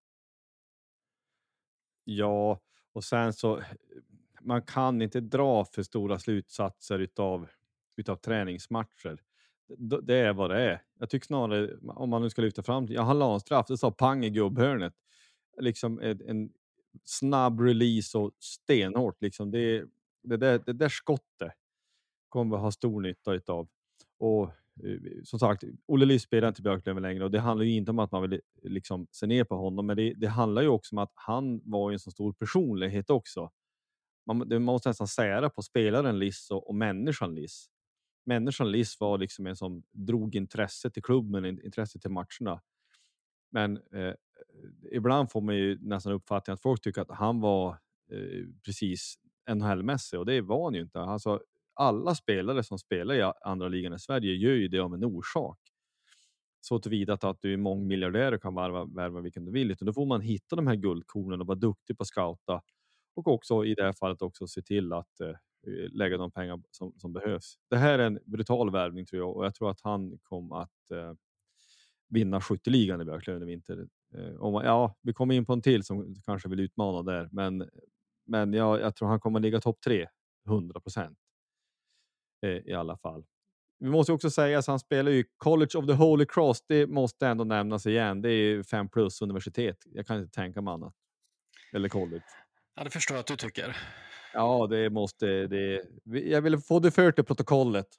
Ja, och sen så man kan inte dra för stora slutsatser utav, utav träningsmatcher. Det, det är vad det är. Jag tycker snarare, om man nu ska lyfta fram, jag har la en straff, det sa pang i gubbhörnet. Liksom en, en snabb release och stenhårt. Liksom det, det, där, det där skottet kommer vi ha stor nytta utav. Och som sagt, Olle Liss spelar inte Björklöven längre, och det handlar ju inte om att man vill liksom se ner på honom, men det, det handlar ju också om att han var en så stor personlighet också. Man, man måste nästan säga det på spelaren Liss och, och människan Liss. Människan Liss var liksom en som drog intresse till klubben, intresse till matcherna. Men eh, ibland får man ju nästan uppfattningen att folk tycker att han var eh, precis N H L-mässig, och det var han ju inte. Alltså, alla spelare som spelar i andra ligan i Sverige gör ju det av en orsak. Så tillvida att, att du är mångmiljardär och kan värva, värva vilken du vill. Utan då får man hitta de här guldkornen och vara duktig på att scouta. Och också i det här fallet också se till att eh, lägga de pengar som, som behövs. Det här är en brutal värvning tror jag. Och jag tror att han kommer att eh, vinna skytteligan i Björklöven i vinter. Eh, om, ja, vi kommer in på en till som kanske vill utmana där. Men, men ja, jag tror han kommer att ligga topp tre. hundra procent. I alla fall. Vi måste också säga att han spelar ju College of the Holy Cross. Det måste ändå nämnas igen. Det är fem plus universitet. Jag kan inte tänka mig annat. Eller college. Ja, det förstår jag att du tycker. Ja, det måste det. Jag vill få det för till protokollet.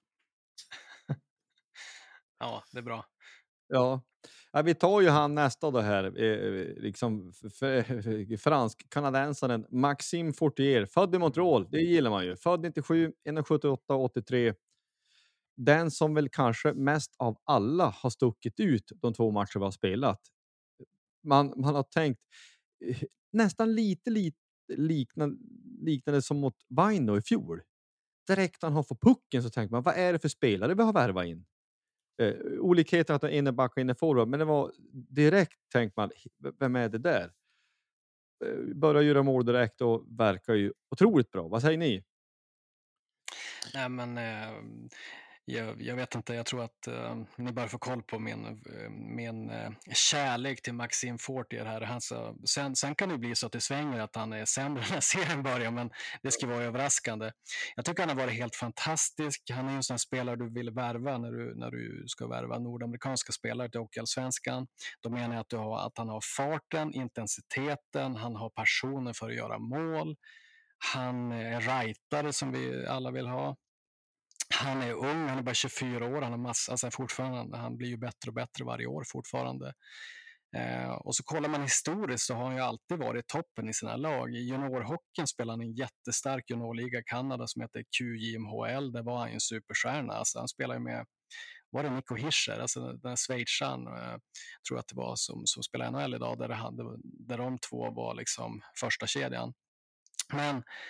Ja, det är bra. Ja. Ja, vi tar ju han nästa då här. Liksom fransk-kanadensaren Maxime Fortier. Född i Montreal. Det gillar man ju. Född nittiosju, ett sjuttioåtta, åttiotre. Den som väl kanske mest av alla har stuckit ut de två matcher vi har spelat. Man, man har tänkt nästan lite, lite liknande, liknande som mot Vaino i fjol. Direkt han har fått pucken så tänker man, vad är det för spelare vi har värvat in? Eh, olikheter att ha innebacka inne forward, men det var direkt tänkt man, vem är det där? Eh, börjar göra mål direkt och verkar ju otroligt bra. Vad säger ni? Nej, men eh, jag, jag vet inte, jag tror att eh, ni bör få koll på min, min eh, kärlek till Maxime Fortier här. Alltså, sen, sen kan det bli så att det svänger att han är sämre när serien börjar, men det ska vara överraskande. Jag tycker han har varit helt fantastisk. Han är en sån spelare du vill värva när du, när du ska värva nordamerikanska spelare till Hockeyallsvenskan. Då menar jag att, du har, att han har farten, intensiteten, han har passionen för att göra mål. Han är rightare som vi alla vill ha. Han är ung, han är bara tjugofyra år. Han, har massa, alltså fortfarande, han blir ju bättre och bättre varje år fortfarande. Eh, och så kollar man historiskt så har han ju alltid varit toppen i sina lag. I juniorhockeyn spelar han en jättestark juniorliga i Kanada som heter Q J M H L. Där var han ju en superstjärna. Alltså han spelar ju med, var det Nico Hischer, alltså den schweizaren, eh, tror att det var, som, som spelar N H L idag, där, det hade, där de två var liksom första kedjan. Men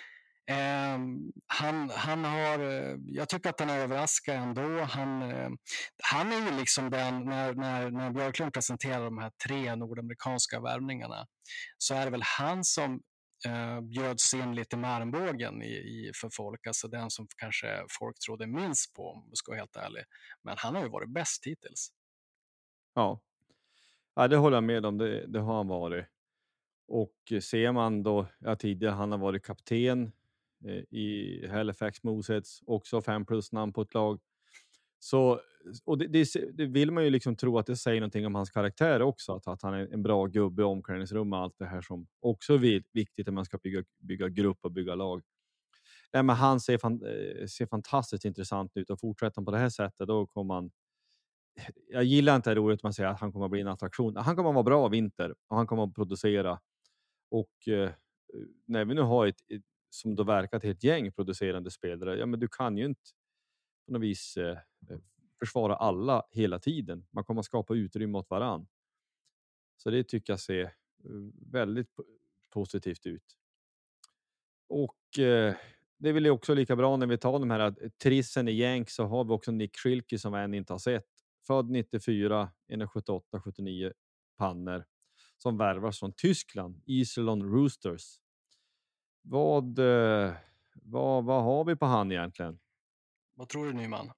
Eh, han, han har, jag tycker att han är överraskad ändå. Han, eh, han är ju liksom den, när, när, när Björklund presenterar de här tre nordamerikanska värvningarna, så är det väl han som eh, bjöds in lite med armbågen i, i, för folk. Alltså den som kanske folk trodde minst på, om jag ska vara helt ärlig. Men han har ju varit bäst hittills. Ja, ja det håller jag med om. Det, det har han varit. Och ser man då, ja, tidigare han har varit kapten eh, i Halifax Mooseheads, också fem plus namn på ett lag. Så, och det, det, det vill man ju liksom tro att det säger någonting om hans karaktär också, att, att han är en bra gubbe i omklädningsrum och allt det här som också är viktigt när man ska bygga, bygga grupp och bygga lag. Ja, men han ser, fan, ser fantastiskt intressant ut, och fortsätter på det här sättet då kommer man, jag gillar inte det ordet man säger att han kommer att bli en attraktion. Han kommer att vara bra vinter och han kommer att producera. Och eh, när vi nu har ett, ett som då verkar till ett gäng producerande spelare, ja men du kan ju inte på något vis eh, försvara alla hela tiden. Man kommer att skapa utrymme åt varann. Så det tycker jag ser väldigt positivt ut. Och eh, det är väl också lika bra när vi tar de här trissen i gäng, så har vi också Nick Schilke som än inte har sett. Född nittiofyra, en sjuttioåtta sjuttionio pannor, som värvas från Tyskland, Iserlohn Roosters. Vad, eh, vad, vad har vi på han egentligen? Vad tror du, Nyman?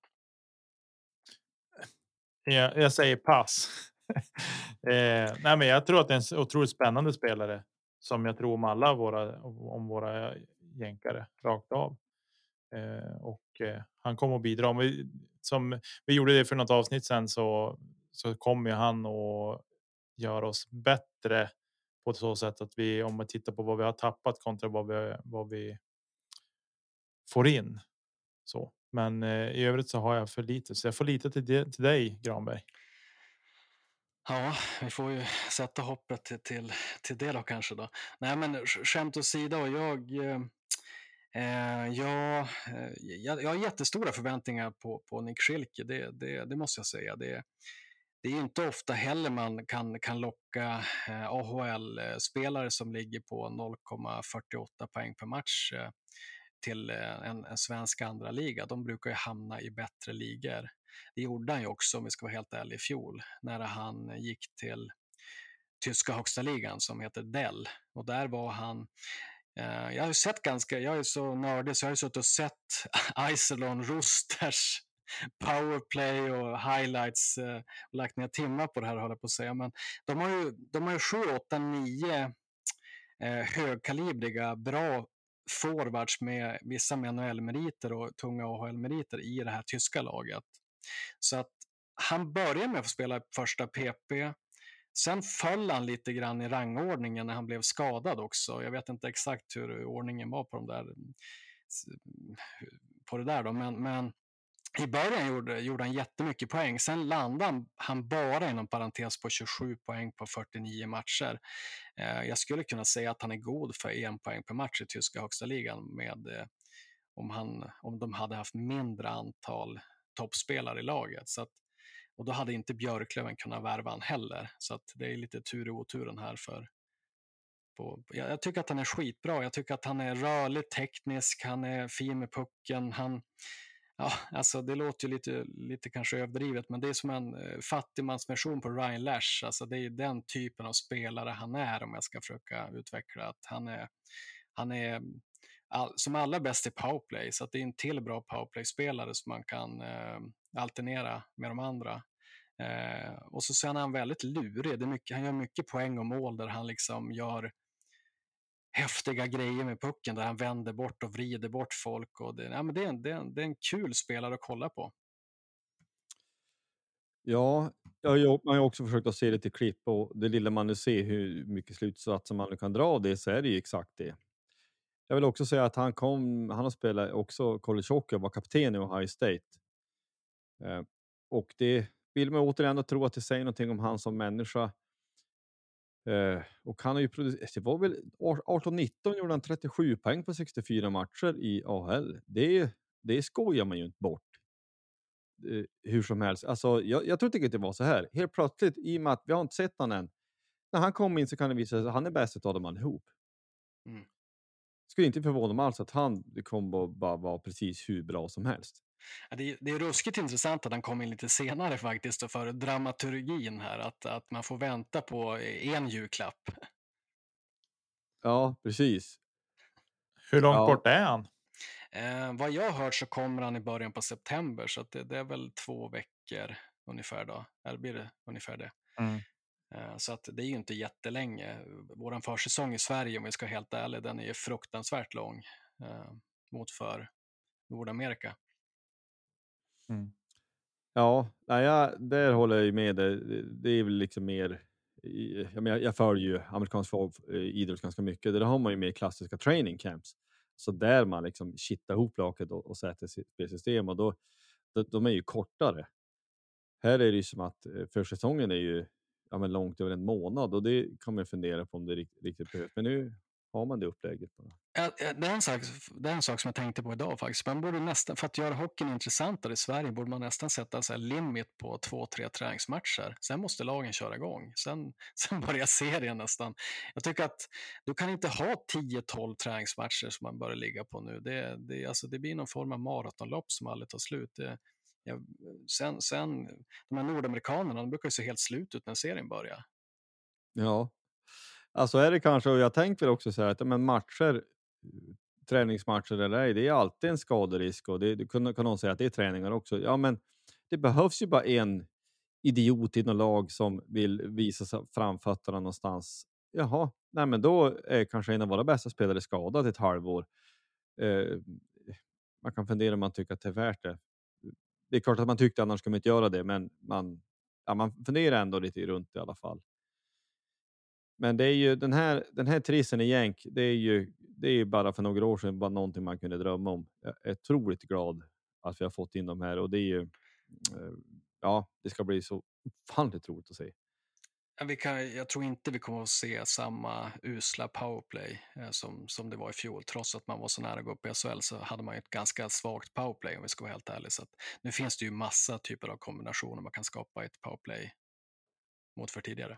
Jag, jag säger pass. eh, nej, men jag tror att det är en otroligt spännande spelare som jag tror om alla våra, om våra jänkare rakt av. Eh, och eh, han kommer att bidra. Om vi, som vi gjorde det för något avsnitt sen, så, så kommer ju han att göra oss bättre på så sätt att vi, om man tittar på vad vi har tappat kontra vad vi, vad vi får in. Så. Men eh, i övrigt så har jag för lite, så jag får lite till, det, till dig, Granberg. Ja, vi får ju sätta hoppet till, till, till det då kanske då. Nej, men skämt åsido, och jag, eh, jag, jag, jag har jättestora förväntningar på, på Nick Schilke, det, det, det måste jag säga. Det, det är inte ofta heller man kan, kan locka eh, A H L-spelare som ligger på noll komma fyrtioåtta poäng per match eh, till en, en svensk andra liga. De brukar ju hamna i bättre ligor. Det gjorde han ju också, om vi ska vara helt ärliga, i fjol, när han gick till tyska högsta ligan som heter Dell. Och där var han, eh, jag har ju sett ganska, jag är så nördig så jag har ju suttit och sett Iserlohn Roosters powerplay och highlights eh, och lagt ner timmar på det här, håller på att säga. Men de har ju, de har ju sju, åtta, nio eh, högkalibriga, bra forwards med vissa med N H L-meriter och tunga A H L-meriter i det här tyska laget. Så att han började med att spela första P P. Sen föll han lite grann i rangordningen när han blev skadad också. Jag vet inte exakt hur ordningen var på de där på det där då, men, men i början gjorde, gjorde han jättemycket poäng. Sen landade han bara inom parentes på tjugosju poäng på fyrtionio matcher. Eh, jag skulle kunna säga att han är god för en poäng per match i tyska högsta ligan med, eh, om, han, om de hade haft mindre antal toppspelare i laget. Så att, och då hade inte Björklöven kunnat värva han heller. Så att det är lite tur i oturen här för på, jag, jag tycker att han är skitbra. Jag tycker att han är rörlig, teknisk, han är fin med pucken. Han, ja, alltså det låter ju lite, lite kanske överdrivet, men det är som en eh, fattigmansversion på Ryan Lash. Alltså det är den typen av spelare han är, om jag ska försöka utveckla att han är, han är all, som allra bäst i powerplay, så att det är en till bra powerplay-spelare som man kan eh, alternera med de andra. Eh, och så sen är han väldigt lurig. Det är mycket, han gör mycket poäng och mål där han liksom gör häftiga grejer med pucken, där han vänder bort och vrider bort folk. Och det, ja, men det, är en, det, är en, det är en kul spelare att kolla på. Ja, jag har, man har också försökt att se lite klipp, och det lilla man nu ser hur mycket slutsatser man nu kan dra av det, så är det ju exakt det. Jag vill också säga att han kom, han har spelat också college hockey och var kapten i Ohio State. Eh, och det vill man återigen att tro att det säger någonting om han som människa. Eh, och han har ju producerat, det var väl arton nitton gjorde han trettiosju poäng på sextiofyra matcher i A H L. Det, det skojar man ju inte bort. Eh, hur som helst. Alltså, jag, jag tror inte att det var så här. Helt plötsligt, i och med att vi har inte sett han än. När han kom in så kan det visa sig att han är bäst av dem allihop. Mm. skulle inte förvåna mig alls att han det kommer bara vara precis hur bra som helst. Ja, det, är, det är ruskigt intressant att han kom in lite senare faktiskt och för dramaturgin här, att, att man får vänta på en julklapp. Ja, precis. Hur långt Ja. bort är han? Eh, vad jag har hört så kommer han i början på september, så att det, det är väl två veckor ungefär då. Eller blir det ungefär det. Mm. Eh, så att det är ju inte jättelänge. Vår försäsong i Sverige, om vi ska vara helt ärliga, den är ju fruktansvärt lång eh, mot för Nordamerika. Mm. Ja, nej, jag, där håller jag ju med. Det, det är väl liksom mer... Jag, menar, jag följer ju amerikansk idrott ganska mycket. Där har man ju mer klassiska training camps. Så där man liksom kittar ihop laget och, och sätter sitt spelsystem. Och då, de, de är ju kortare. Här är det ju som att försäsongen är ju ja, men långt över en månad. Och det kan man fundera på om det riktigt, riktigt behövs. Men nu har man det upplägget. Bara. Ja, det, är en sak, det är en sak som jag tänkte på idag faktiskt. Man borde nästan, för att göra hockeyn intressantare i Sverige borde man nästan sätta så här limit på två, tre träningsmatcher. Sen måste lagen köra igång. Sen, sen börjar serien nästan. Jag tycker att du kan inte ha tio tolv träningsmatcher som man börjar ligga på nu. Det, det, alltså, det blir någon form av maratonlopp som aldrig tar slut. Det, ja, sen, sen, de här nordamerikanerna, de brukar ju se helt slut ut när serien börjar. Ja, alltså är det kanske, och jag tänker också så här att men matcher, träningsmatcher eller ej, det är alltid en skaderisk och det, det kan, kan någon säga att det är träningar också. Ja, men det behövs ju bara en idiot i något lag som vill visa framfötterna någonstans. Jaha, nej men då är kanske en av våra bästa spelare skadad ett halvår. Eh, man kan fundera om man tycker att det är värt det. Det är klart att man tyckte annars skulle man inte göra det, men man, ja, man funderar ändå lite runt i alla fall. Men det är ju den här, den här trisen i jänk, det är ju det är ju bara för några år sedan bara någonting man kunde drömma om. Jag är otroligt glad att vi har fått in de här och det är ju, ja, det ska bli så ofantligt roligt att se. Vi kan, jag tror inte vi kommer att se samma usla powerplay eh, som, som det var i fjol. Trots att man var så nära att gå upp i S H L så hade man ju ett ganska svagt powerplay om vi ska vara helt ärliga. Så att nu finns det ju massa typer av kombinationer man kan skapa ett powerplay mot för tidigare.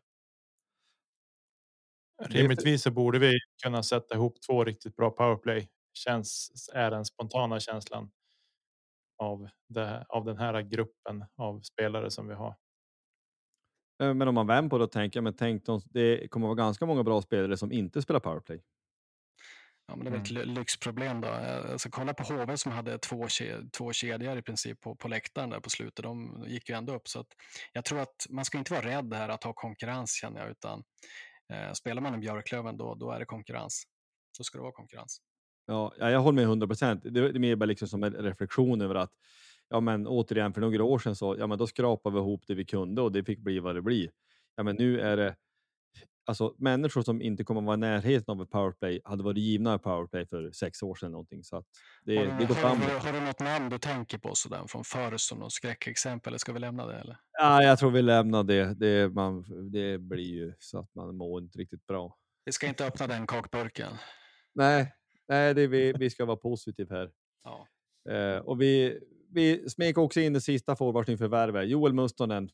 Rimligtvis så borde vi kunna sätta ihop två riktigt bra powerplay. Känns, är den spontana känslan av, det, av den här gruppen av spelare som vi har. Men om man vänder på det och tänker, men tänk de, det kommer vara ganska många bra spelare som inte spelar powerplay. Ja, men det är väl ett mm. lyxproblem då. Alltså, kolla på H V som hade två, två kedjor i princip på, på läktaren där på slutet. De gick ju ändå upp. Så att jag tror att man ska inte vara rädd här att ha konkurrens, känner jag, utan eh, spelar man en Björklöven då, då är det konkurrens. Då ska det vara konkurrens. Ja, jag håller med hundra procent. Det, det är mer bara liksom som en reflektion över att ja, men återigen för några år sedan så ja, men då skrapade vi ihop det vi kunde och det fick bli vad det blir. Ja, men nu är det alltså människor som inte kommer att vara i närheten av ett powerplay hade varit givna powerplay för sex år sedan någonting. Så att det, har, du, det går har, framåt. Har, har du något namn du tänker på sådär från förr som något skräckexempel eller ska vi lämna det eller? Ja, jag tror vi lämnar det. Det, man, det blir ju så att man mår inte riktigt bra. Vi ska inte öppna den kakburken. Nej, nej det, vi, vi ska vara positiva här. Ja. Eh, och vi, vi smek också in det sista forwardsnyförvärvet. Joel Mustonen.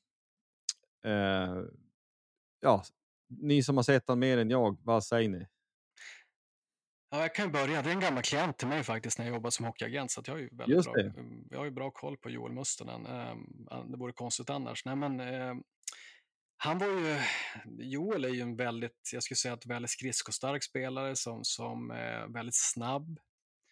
Eh, ja, ni som har sett han mer än jag, vad säger ni? Ja, jag kan ju börja. Det är en gammal klient till mig faktiskt när jag jobbar som hockeyagent, så att jag har ju väldigt bra, jag har ju bra koll på Joel Mustonen. Um, det vore konstigt annars. Nej, men um, han var ju, Joel är ju en väldigt, jag skulle säga att väldigt skridskostark spelare som, som är väldigt snabb.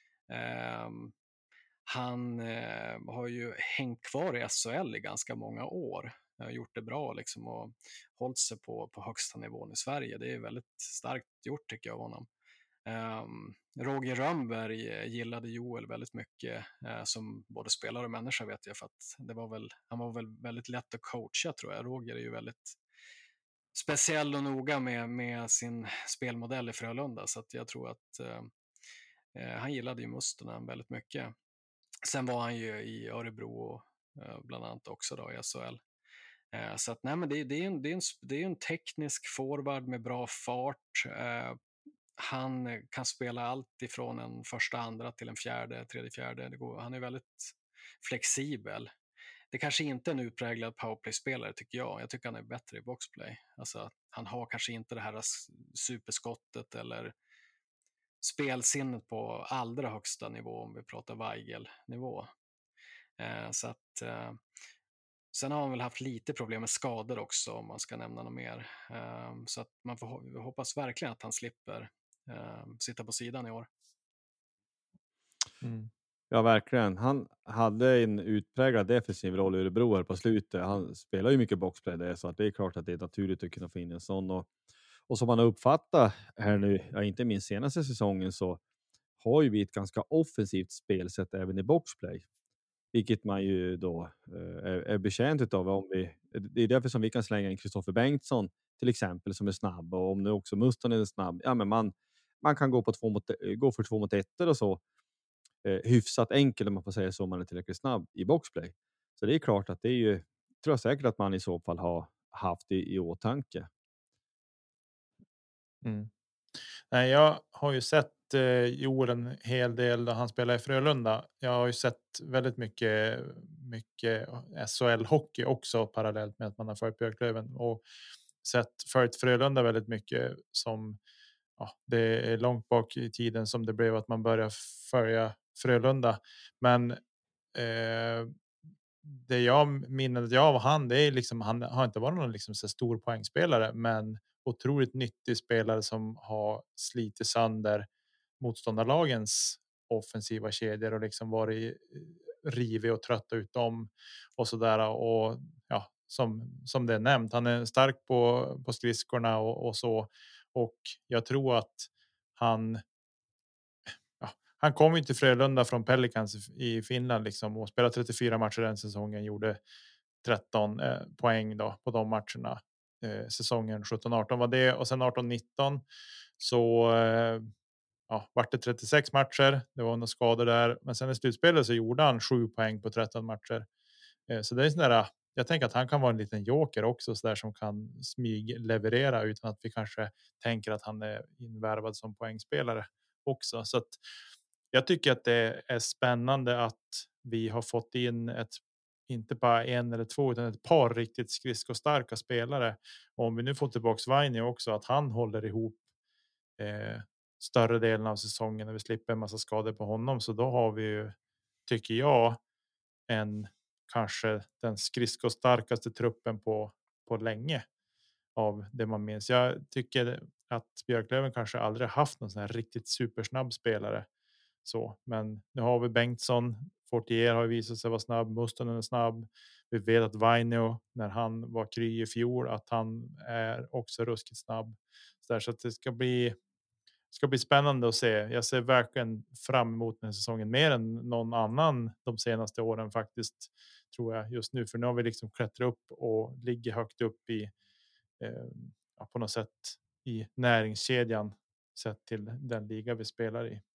Um, han uh, har ju hängt kvar i S H L i ganska många år. Har gjort det bra liksom och hållit sig på, på högsta nivån i Sverige. Det är väldigt starkt gjort tycker jag av honom. Um, Roger Rönnberg gillade Joel väldigt mycket uh, som både spelare och människa vet jag, för att det var väl, han var väl väldigt lätt att coacha tror jag. Roger är ju väldigt speciell och noga med, med sin spelmodell i Frölunda, så att jag tror att uh, uh, han gillade ju Mustonen väldigt mycket. Sen var han ju i Örebro och, uh, bland annat också då i S H L. Uh, så att nej, men det, det, är en, det, är en, det är en teknisk forward med bra fart. Uh, Han kan spela allt ifrån en första, andra till en fjärde, tredje, fjärde. Det går, han är väldigt flexibel. Det kanske inte är en utpräglad powerplay-spelare tycker jag. Jag tycker han är bättre i boxplay. Alltså, han har kanske inte det här superskottet eller spelsinnet på allra högsta nivå om vi pratar Weigel-nivå. Eh, så att, eh, sen har han väl haft lite problem med skador också om man ska nämna något mer. Eh, så att man får hoppas verkligen att han slipper eh, sitta på sidan i år. Mm. Ja, verkligen. Han hade en utpräglad defensiv roll i Örebro här på slutet. Han spelar ju mycket boxplay där, så att det är klart att det är naturligt att kunna få in en sån. Och, och som man har uppfattat här nu, ja, inte minst senaste säsongen, så har ju vi ett ganska offensivt spelsätt även i boxplay. Vilket man ju då eh, är, är betjänt av. Om vi, det är därför som vi kan slänga in Kristoffer Bengtsson till exempel som är snabb. Och om nu också Mustonen är snabb, ja men man, man kan gå, på två mot, gå för två mot ettor och så. Eh, hyfsat enkel om man får säga så, om man är tillräckligt snabb i boxplay. Så det är klart att det är ju, tror jag säkert att man i så fall har haft i, i åtanke. Mm. Nej, jag har ju sett eh, Joel en hel del då han spelar i Frölunda. Jag har ju sett väldigt mycket, mycket S H L-hockey också parallellt med att man har följt Björklöven och sett följt Frölunda väldigt mycket som ja, det är långt bak i tiden som det blev att man börjar följa Frölunda. Men eh, det jag minns jag av han, det är liksom han har inte varit någon liksom så stor poängspelare, men otroligt nyttig spelare som har slitit sönder motståndarlagens offensiva kedjor och liksom varit rivig och trött ut dem och så där. Och ja, som som det är nämnt, han är stark på på skridskorna och, och så. Och jag tror att han ja, han kom ju till Frölunda från Pelicans i Finland liksom och spelade trettiofyra matcher den säsongen, gjorde tretton eh, poäng då på de matcherna. Eh, säsongen sjutton arton var det, och sen arton nitton så eh, ja, vart det trettiosex matcher. Det var några skador där, men sen i slutspelet så gjorde han sju poäng på tretton matcher. Eh, så det är sån där, jag tänker att han kan vara en liten joker också så där som kan smyg leverera utan att vi kanske tänker att han är invärvad som poängspelare också. Så att jag tycker att det är spännande att vi har fått in ett, inte bara en eller två utan ett par riktigt skridskostarka spelare. Och om vi nu får tillbaks Vainio också, att han håller ihop eh, större delen av säsongen när vi slipper en massa skador på honom, så då har vi ju, tycker jag, en kanske den skridskostarkaste truppen på på länge av det man minns. Jag tycker att Björklöven kanske aldrig haft någon sån här riktigt supersnabb spelare. Så, men nu har vi Bengtsson. Fortier har visat sig vara snabb. Mustonen är snabb. Vi vet att Vainio, när han var kry i fjol, att han är också ruskigt snabb. Så, där, så att det ska bli ska bli spännande att se. Jag ser verkligen fram emot den här säsongen mer än någon annan de senaste åren faktiskt, tror jag just nu. För nu har vi liksom klättrat upp och ligger högt upp i eh, på något sätt i näringskedjan sett till den liga vi spelar i.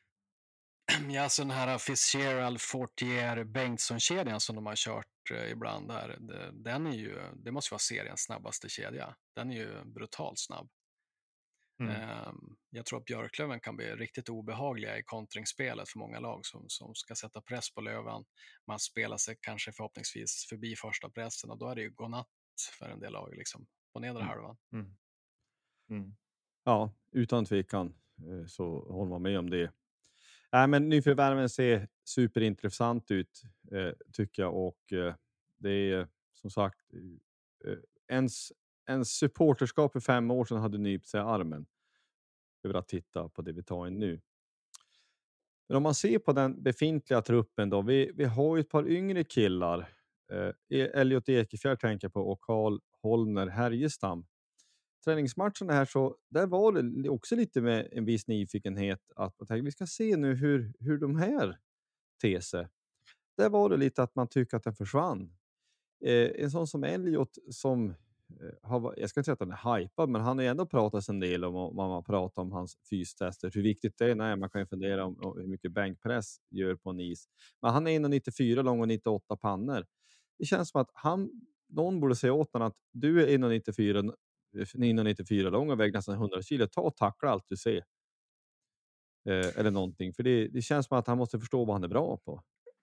Ja, så den här Fitzgerald, Fortier, Bengtsson-kedjan som de har kört eh, ibland där, det, den är ju, det måste vara seriens snabbaste kedja. Den är ju brutalt snabb. Mm. Eh, jag tror att Björklöven kan bli riktigt obehagliga i kontringsspelet för många lag som, som ska sätta press på Löven. Man spelar sig kanske förhoppningsvis förbi första pressen och då är det ju godnatt för en del lag liksom, på nedre mm. halvan. Mm. Mm. Ja, utan tvekan så håller man med om det. Nej, men nyförvärven ser superintressant ut eh, tycker jag, och eh, det är som sagt eh, ens, ens supporterskap för fem år sedan hade nypt sig i armen över att titta på det vi tar in nu. Men om man ser på den befintliga truppen då, vi, vi har ju ett par yngre killar, eh, Elliot Ekefjärd tänker på och Karl Holmner Härjestam. Träningsmatchen här, så där var det också lite med en viss nyfikenhet att man tänkte, vi ska se nu hur, hur de här ter sig. Där var det lite att man tycker att den försvann. Eh, en sån som Elliot som eh, har, jag ska inte säga att han är hypad, men han har ju ändå pratat en del om, om man har pratat om hans fystester. Hur viktigt det är, nej, man kan ju fundera om, om hur mycket bänkpress gör på en is. Men han är en komma nittiofyra lång och nittioåtta pannor. Det känns som att han, någon borde säga åt honom att du är en komma nittiofyra nio nittiofyra lång och väger nästan hundra kilo. Ta och tackla allt du ser. Eh, eller någonting. För det, det känns som att han måste förstå vad han är bra på.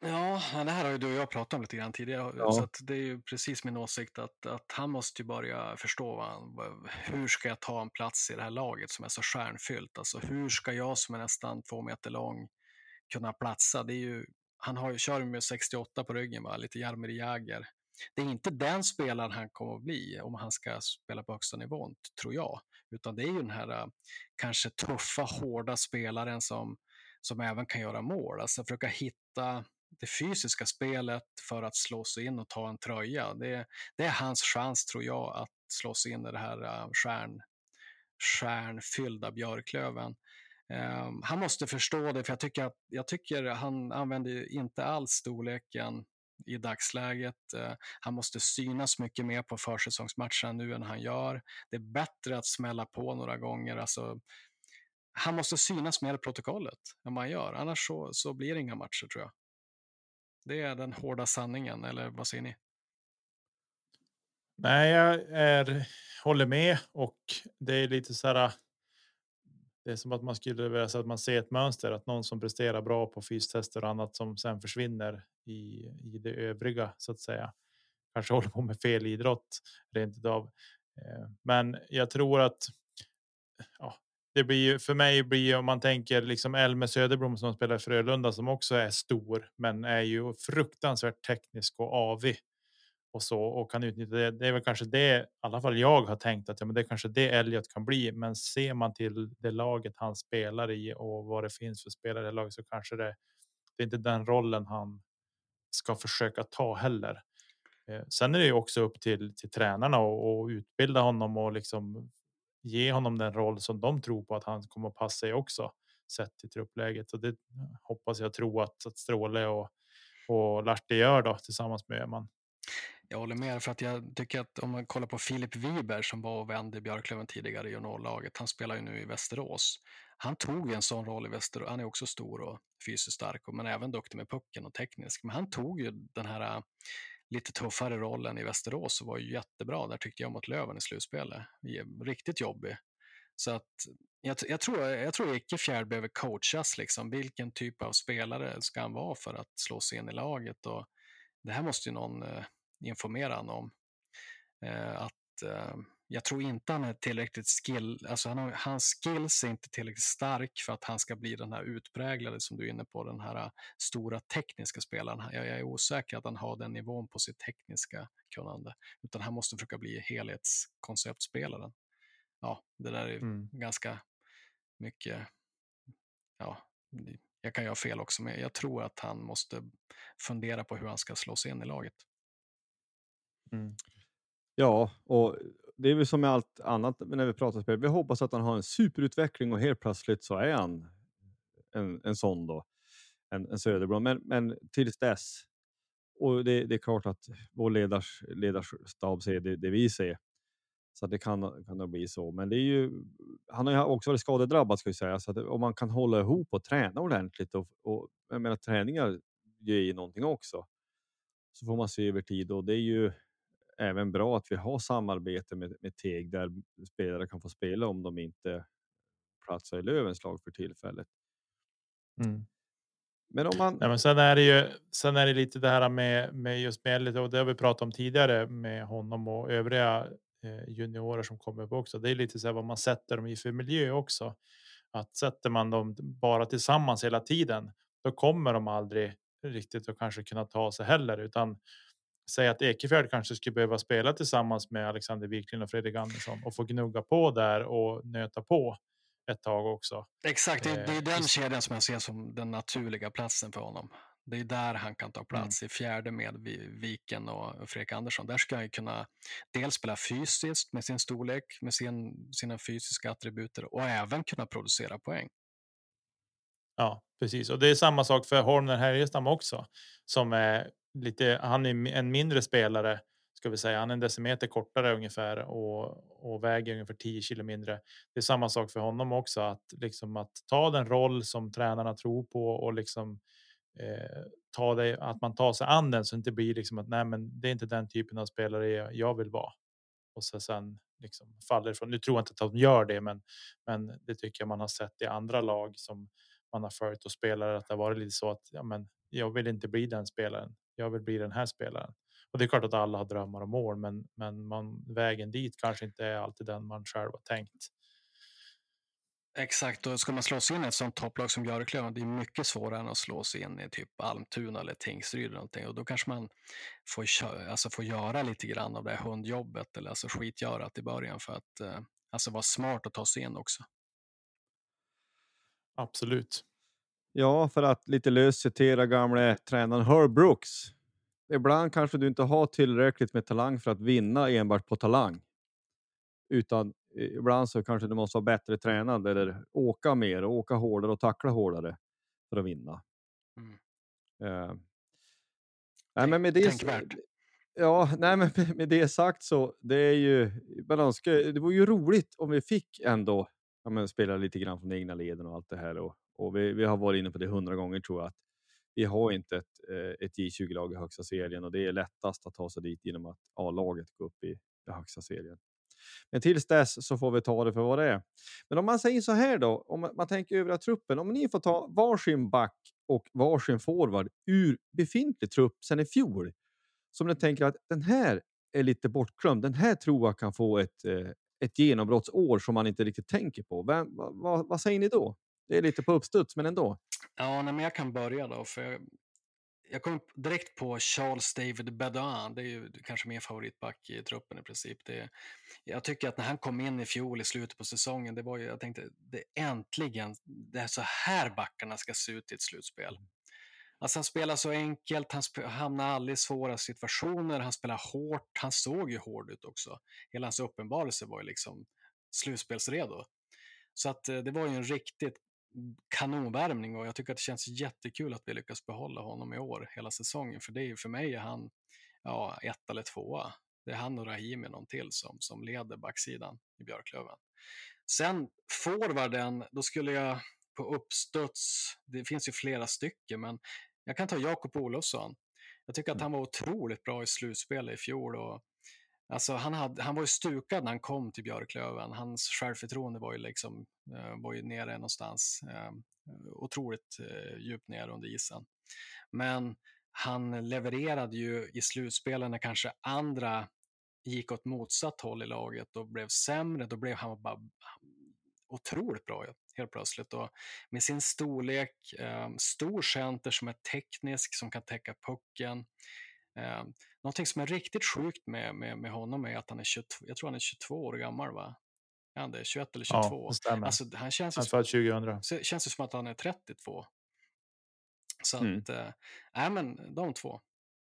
Ja, det här har ju du och jag pratat om lite grann tidigare. Ja. Så att det är ju precis min åsikt att, att han måste ju börja förstå vad han, vad, hur ska jag ta en plats i det här laget som är så stjärnfyllt. Alltså hur ska jag som är nästan två meter lång kunna platsa? Det är ju, han har ju, kör ju med sextioåtta på ryggen, va? Lite Jaromir Jagr. Det är inte den spelaren han kommer att bli om han ska spela på högsta nivån, tror jag. Utan det är ju den här äh, kanske tuffa, hårda spelaren som, som även kan göra mål. Alltså försöka hitta det fysiska spelet för att slå sig in och ta en tröja. Det, det är hans chans, tror jag, att slå sig in i det här äh, stjärn, stjärnfyllda Björklöven. Um, han måste förstå det, för jag tycker, att, jag tycker han använder inte alls storleken i dagsläget. Uh, han måste synas mycket mer på försäsongsmatchen nu än han gör. Det är bättre att smälla på några gånger. Alltså, han måste synas mer i protokollet än man gör. Annars så, så blir det inga matcher, tror jag. Det är den hårda sanningen, eller vad säger ni? Nej, jag är, håller med, och det är lite så här. Det är som att man skulle vilja säga att man ser ett mönster, att någon som presterar bra på fystester och annat som sen försvinner i, i det övriga, så att säga. Kanske håller på med fel idrott rent utav. Men jag tror att ja, det blir ju, för mig blir, om man tänker liksom Elmer Söderblom som spelar i Frölunda, som också är stor men är ju fruktansvärt teknisk och avig och så, och kan utnyttja det. Det är väl kanske det, i alla fall jag har tänkt att ja, men det är kanske det Elliot kan bli. Men ser man till det laget han spelar i och vad det finns för spelare i laget, så kanske det, det är inte den rollen han ska försöka ta heller. Eh, sen är det ju också upp till, till tränarna och, och utbilda honom och liksom ge honom den roll som de tror på att han kommer att passa i också, sett till truppläget. Och det hoppas jag tror att, att Stråle och, och Lahti gör då tillsammans med Öhman. Jag håller med, för att jag tycker att om man kollar på Filip Wiberg som var och vände i Björklöven tidigare i juniorlaget, han spelar ju nu i Västerås. Han tog en sån roll i Västerås. Han är också stor och fysiskt stark, men även duktig med pucken och teknisk. Men han tog ju den här uh, lite tuffare rollen i Västerås och var ju jättebra. Där tyckte jag mot Löven i slutspelet. Riktigt jobbig. Så att jag, jag tror jag tror Ekefjärd behöver coachas liksom. Vilken typ av spelare ska han vara för att slå sig in i laget? Och det här måste ju någon uh, informera honom om. Uh, att uh, jag tror inte han är tillräckligt skill, alltså han har, hans skills är inte tillräckligt stark för att han ska bli den här utpräglade, som du är inne på, den här uh, stora tekniska spelaren. Jag, jag är osäker att han har den nivån på sitt tekniska kunnande, utan han måste försöka bli helhetskonceptspelaren. Ja, det där är mm. ganska mycket, ja, jag kan göra fel också, men jag tror att han måste fundera på hur han ska slå sig in i laget. Mm. Ja, och det är väl som med allt annat när vi pratar spel. Vi hoppas att han har en superutveckling och helt plötsligt så är han en, en sån då. En, en Söderblom. Men, men tills dess. Och det, det är klart att vår ledars, ledarstab ser det, det vi ser. Så det kan, kan det bli så. Men det är ju, han har ju också varit skadedrabbad, ska jag säga. Så att om man kan hålla ihop och träna ordentligt. Och, och jag menar, träningar ger ju någonting också. Så får man se över tid. Och det är ju även bra att vi har samarbete med, med Teg där spelare kan få spela om de inte platsar i Lövens lag för tillfället. Mm. Men om man... Nej, men sen är det ju, sen är det lite det här med, med just Mellit, och det har vi pratat om tidigare med honom och övriga eh, juniorer som kommer upp också. Det är lite så här vad man sätter dem i för miljö också. Att sätter man dem bara tillsammans hela tiden, då kommer de aldrig riktigt att kanske kunna ta sig heller, utan säga att Ekefjärd kanske skulle behöva spela tillsammans med Alexander Wiklund och Fredrik Andersson och få gnugga på där och nöta på ett tag också. Exakt, det, det är den kedjan som jag ser som den naturliga platsen för honom. Det är där han kan ta plats, mm. i fjärde med Viken och Fredrik Andersson. Där ska han kunna dels spela fysiskt med sin storlek, med sin, sina fysiska attributer, och även kunna producera poäng. Ja, precis. Och det är samma sak för Holmner Härjestam också, som är lite, han är en mindre spelare, ska vi säga. Han är en decimeter kortare ungefär och, och väger ungefär tio kilo mindre. Det är samma sak för honom också, att liksom att ta den roll som tränarna tror på och liksom eh, ta det, att man tar sig an den, så inte blir liksom att nej, men det är inte den typen av spelare jag vill vara. Och så sen liksom faller från. Nu tror jag inte att de gör det, men men det tycker jag man har sett i andra lag som man har följt och spelare, att det har varit lite så att ja, men jag vill inte bli den spelaren. Jag vill bli den här spelaren. Och det är klart att alla har drömmar om mål, men, men man, vägen dit kanske inte är alltid den man själv har tänkt. Exakt, och ska man slå sig in i ett sånt topplag som Björklöven, det är mycket svårare än att slå sig in i typ Almtuna eller Tingsryd eller någonting. Och då kanske man får, alltså får göra lite grann av det här hundjobbet eller alltså skitgörat i början för att eh, alltså vara smart att ta sig in också. Absolut. Ja, för att lite löst citera gamla tränaren Herb Brooks. Ibland kanske du inte har tillräckligt med talang för att vinna enbart på talang. Utan ibland så kanske du måste vara bättre tränad eller åka mer och åka hårdare och tackla hårdare för att vinna. Mm. Uh, nej, men med det, tänkvärt. Ja, nej, men med det sagt så det är ju man önskar, det var ju roligt om vi fick ändå ja, men spela lite grann från egna leden och allt det här och, och vi, vi har varit inne på det hundra gånger tror jag att vi har inte ett, ett J tjugo-lag i högsta serien och det är lättast att ta sig dit genom att A-laget går upp i, i högsta serien. Men tills dess så får vi ta det för vad det är. Men om man säger så här då, om man, man tänker över truppen, om ni får ta varsin back och varsin forward ur befintlig trupp sen i fjol, som ni tänker att den här är lite bortglömd, den här tror jag kan få ett, ett genombrottsår som man inte riktigt tänker på. Vem, vad, vad, vad säger ni då? Det är lite på uppstuds, men ändå. Ja, nej, men jag kan börja då, för jag, jag kom direkt på Charles David Bedouin. Det är ju kanske min favoritback i truppen i princip. Det, jag tycker att när han kom in i fjol i slutet på säsongen, det var ju, jag tänkte, det äntligen, det är så här backarna ska se ut i ett slutspel. Alltså han spelar så enkelt, han sp- hamnar aldrig i svåra situationer, han spelar hårt, han såg ju hård ut också. Hela hans uppenbarelse var ju liksom slutspelsredo. Så att det var ju en riktigt kanonvärmning och jag tycker att det känns jättekul att vi lyckas behålla honom i år hela säsongen, för det är ju för mig är han ja, ett eller tvåa. Det är han och Rahimi någon till som, som leder backsidan i Björklöven. Sen forwarden, då skulle jag på uppstuds, det finns ju flera stycken, men jag kan ta Jakob Olofsson. Jag tycker att han var otroligt bra i slutspel i fjol och alltså han, hade, han var ju stukad när han kom till Björklöven. Hans självförtroende var ju, liksom, uh, var ju nere någonstans. Uh, otroligt uh, djupt ner under isen. Men han levererade ju i slutspelen när kanske andra gick åt motsatt håll i laget och blev sämre. Då blev han bara otroligt bra helt plötsligt. Och med sin storlek, uh, stor center som är teknisk, som kan täcka pucken. Eh, någonting som är riktigt sjukt med, med, med honom är att han är tjugotvå, jag tror han är tjugotvå år gammal, va? Ja, han är tjugoett eller tjugotvå. Ja, det stämmer. Alltså, han känns han ju som, tjugohundra. så, känns det som att han är trettiotvå. Så Mm. att, äh, äh, men de två.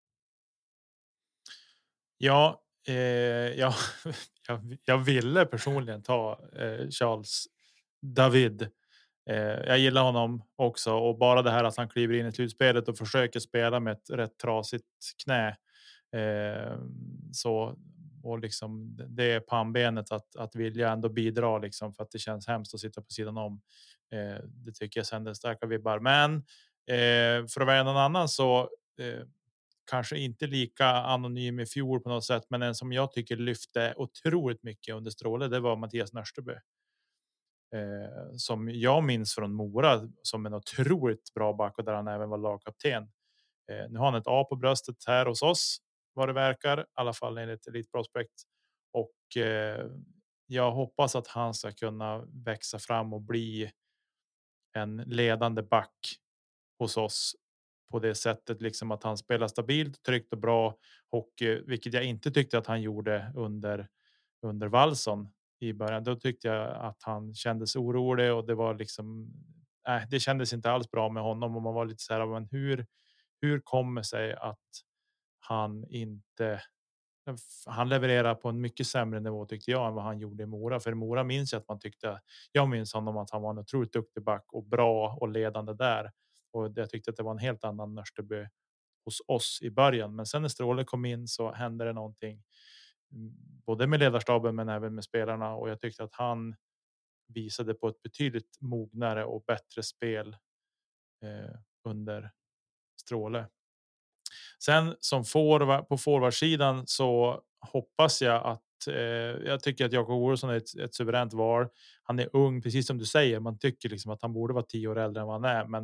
Ja, eh, ja jag, jag ville personligen ta eh, Charles David. Eh, jag gillar honom också och bara det här att han kliver in i slutspelet och försöker spela med ett rätt trasigt knä. Eh, så och liksom det är pannbenet att att vilja ändå bidra liksom för att det känns hemskt att sitta på sidan om. Eh, det tycker jag sänder starka vibbar. Men eh, för att vara någon annan så eh, kanske inte lika anonym i fjol på något sätt, men en som jag tycker lyfte otroligt mycket under Stråle, det var Mattias Nörsteby. Eh, som jag minns från Mora som en otroligt bra back och där han även var lagkapten. Eh, nu har han ett A på bröstet här hos oss, vad det verkar, i alla fall enligt Elite Prospect. Och eh, jag hoppas att han ska kunna växa fram och bli en ledande back hos oss på det sättet, liksom att han spelar stabilt, tryggt och bra hockey, vilket jag inte tyckte att han gjorde under under Wallson i början. Då tyckte jag att han kändes orolig och det var liksom äh, det kändes inte alls bra med honom och man var lite så här, men hur hur kommer sig att han inte han levererar på en mycket sämre nivå tyckte jag än vad han gjorde i Mora. För i Mora minns jag att man tyckte, jag minns honom att han var en otroligt duktig back och bra och ledande där. Och jag tyckte att det var en helt annan Nörsteby hos oss i början. Men sen när Stråle kom in så hände det någonting. Både med ledarstaben men även med spelarna. Och jag tyckte att han visade på ett betydligt mognare och bättre spel eh, under Stråle. Sen som forward, på forwardsidan så hoppas jag att eh, jag tycker att Jakob Olofsson är ett, ett suveränt val. Han är ung, precis som du säger. Man tycker liksom att han borde vara tio år äldre än vad han är, men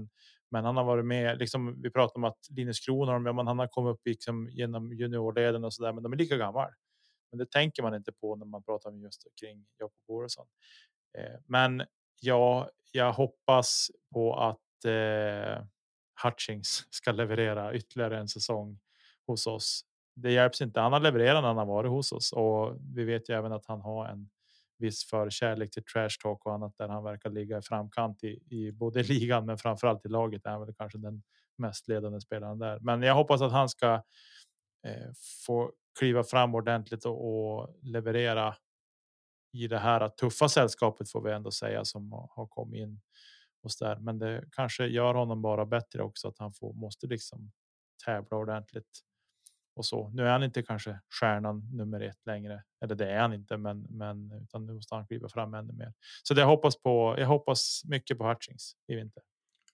Men han har varit med, liksom, vi pratar om att Linus Kronholm, ja, men han har kommit upp liksom genom juniorleden och så där, men de är lika gamla. Men det tänker man inte på när man pratar om just kring Jakob Borusson. Eh, men ja, jag hoppas på att eh, Hutchings ska leverera ytterligare en säsong hos oss. Det hjälps inte. Han har levererat när han har varit hos oss och vi vet ju även att han har en viss förkärlek till trash talk och annat där han verkar ligga i framkant i, i både ligan men framförallt i laget. Är väl kanske den mest ledande spelaren där. Men jag hoppas att han ska eh, få kliva fram ordentligt och, och leverera i det här tuffa sällskapet får vi ändå säga som har kommit in hos där. Men det kanske gör honom bara bättre också att han får, måste liksom tävla ordentligt. Och så. Nu är han inte kanske stjärnan nummer ett längre. Eller det är han inte, men, men utan nu måste han kliva fram ännu mer. Så det jag hoppas på. Jag hoppas mycket på Hutchings i vinter.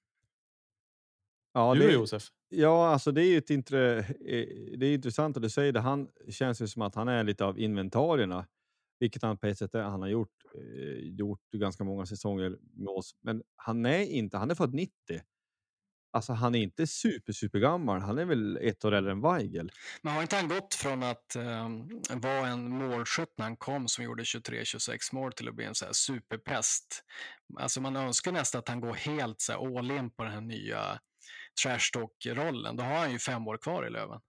Ja, du det, Josef? Ja, alltså det är ju ett intre, det är intressant att du säger det. Han känns ju som att han är lite av inventarierna. Vilket han på ett sätt är. Han har gjort, eh, gjort ganska många säsonger med oss. Men han är inte, han är född nittio. Alltså han är inte super, super gammal. Han är väl ett år äldre än Weigel. Men har inte han gått från att um, vara en målskytt när han kom som gjorde tjugotre tjugosex mål till att bli en så här superpest? Alltså man önskar nästan att han går helt så här all in på den här nya trash talk-rollen. Då har han ju fem år kvar i Löven.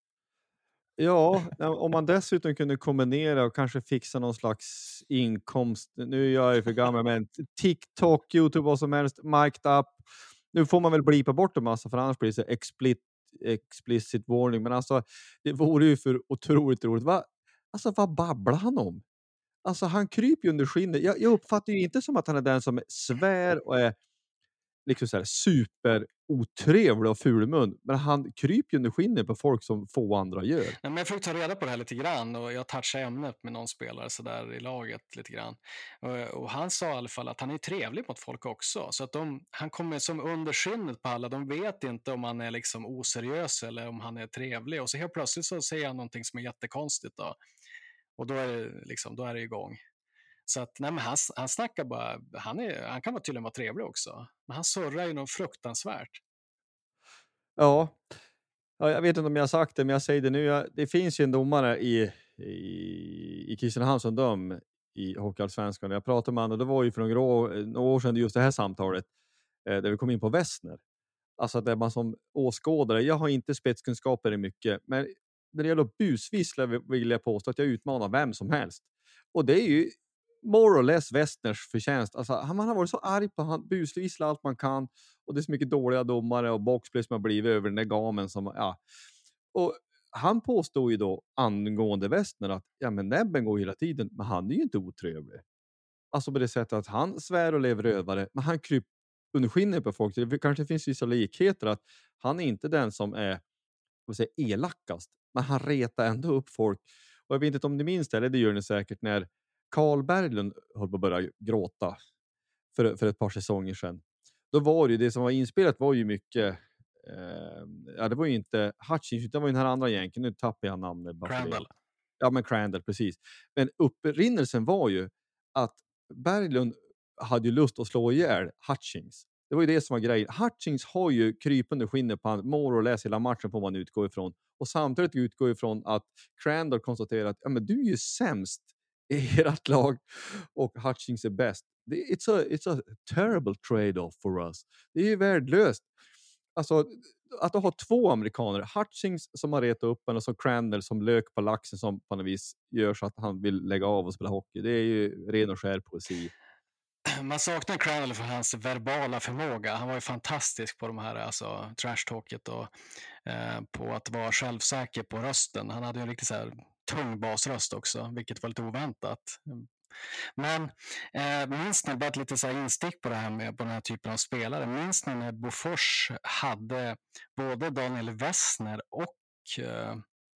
Ja, om man dessutom kunde kombinera och kanske fixa någon slags inkomst. Nu är jag ju för gammal, men TikTok, YouTube, vad som helst, mic'd up. Nu får man väl blipa bort en massa för annars blir det så explicit, explicit warning. Men alltså, det vore ju för otroligt roligt. Va? Alltså, vad babblar han om? Alltså, han kryper ju under skinnet. Jag, jag uppfattar ju inte som att han är den som svär och är liksom så här super otrevlig och fulmun. Men han kryper ju under skinnet på folk som få andra gör. Nej, men jag försöker ta reda på det här lite grann och jag touchar ämnet med någon spelare så där i laget lite grann. Och, och han sa i alla fall att han är trevlig mot folk också. Så att de, han kommer som under skinnet på alla. De vet inte om han är liksom oseriös eller om han är trevlig. Och så helt plötsligt så säger han någonting som är jättekonstigt då. Och då är det, liksom, då är det igång. Så att, nej, men han, han snackar bara, han, är, han kan tydligen vara trevlig också. Men han surrar ju något fruktansvärt. Ja. ja, jag vet inte om jag har sagt det, men jag säger det nu. Jag, det finns ju en domare i, i, i Kristinehamn som döm i Hockeyallsvenskan. Jag pratade med honom och det var ju för några år, några år sedan just det här samtalet eh, där vi kom in på Westner. Alltså där man som åskådare, jag har inte spetskunskaper i mycket, men när det gäller busvissla vill jag påstå att jag utmanar vem som helst. Och det är ju more or less Westners förtjänst. Alltså, han har varit så arg på han busvisslar allt man kan och det är så mycket dåliga domare och boxplay som har blivit över den där gamen som, ja. Och han påstod ju då angående Westner att ja, men näbben går hela tiden, men han är ju inte otrevlig. Alltså på det sättet att han svär och lever rövare, men han kryper under skinnet på folk. Det kanske finns vissa likheter att han är inte den som är vad säger, elakast, men han retar ändå upp folk. Och jag vet inte om ni minns det, eller det gör ni säkert, när Carl Berglund höll på att börja gråta för, för ett par säsonger sedan. Då var det ju, det som var inspelat var ju mycket eh, ja det var ju inte Hutchings utan det var ju den här andra jänken, nu tappar jag namnet. Crandall. Ja men Crandall, precis. Men upprinnelsen var ju att Berglund hade ju lust att slå ihjäl Hutchings. Det var ju det som var grejen. Hutchings har ju krypande skinnet på han, more or less hela matchen får man utgå ifrån. Och samtidigt utgå ifrån att Crandall konstaterar att ja, men du är ju sämst i ert lag och Hutchings är bäst. It's a, it's a terrible trade-off for us. Det är ju värdelöst. Alltså att ha två amerikaner, Hutchings som har retat upp en och så Crandall som lök på laxen som på något vis gör så att han vill lägga av och spela hockey. Det är ju ren och skär poesi. Man saknar Crandall för hans verbala förmåga. Han var ju fantastisk på de här alltså, trash-talket och eh, på att vara självsäker på rösten. Han hade ju en riktigt så här tung basröst också, vilket var lite oväntat. Men eh, minns ni, bara ett lite så här instick på det här med på den här typen av spelare. Minns ni när Bofors hade både Daniel Wessner och eh,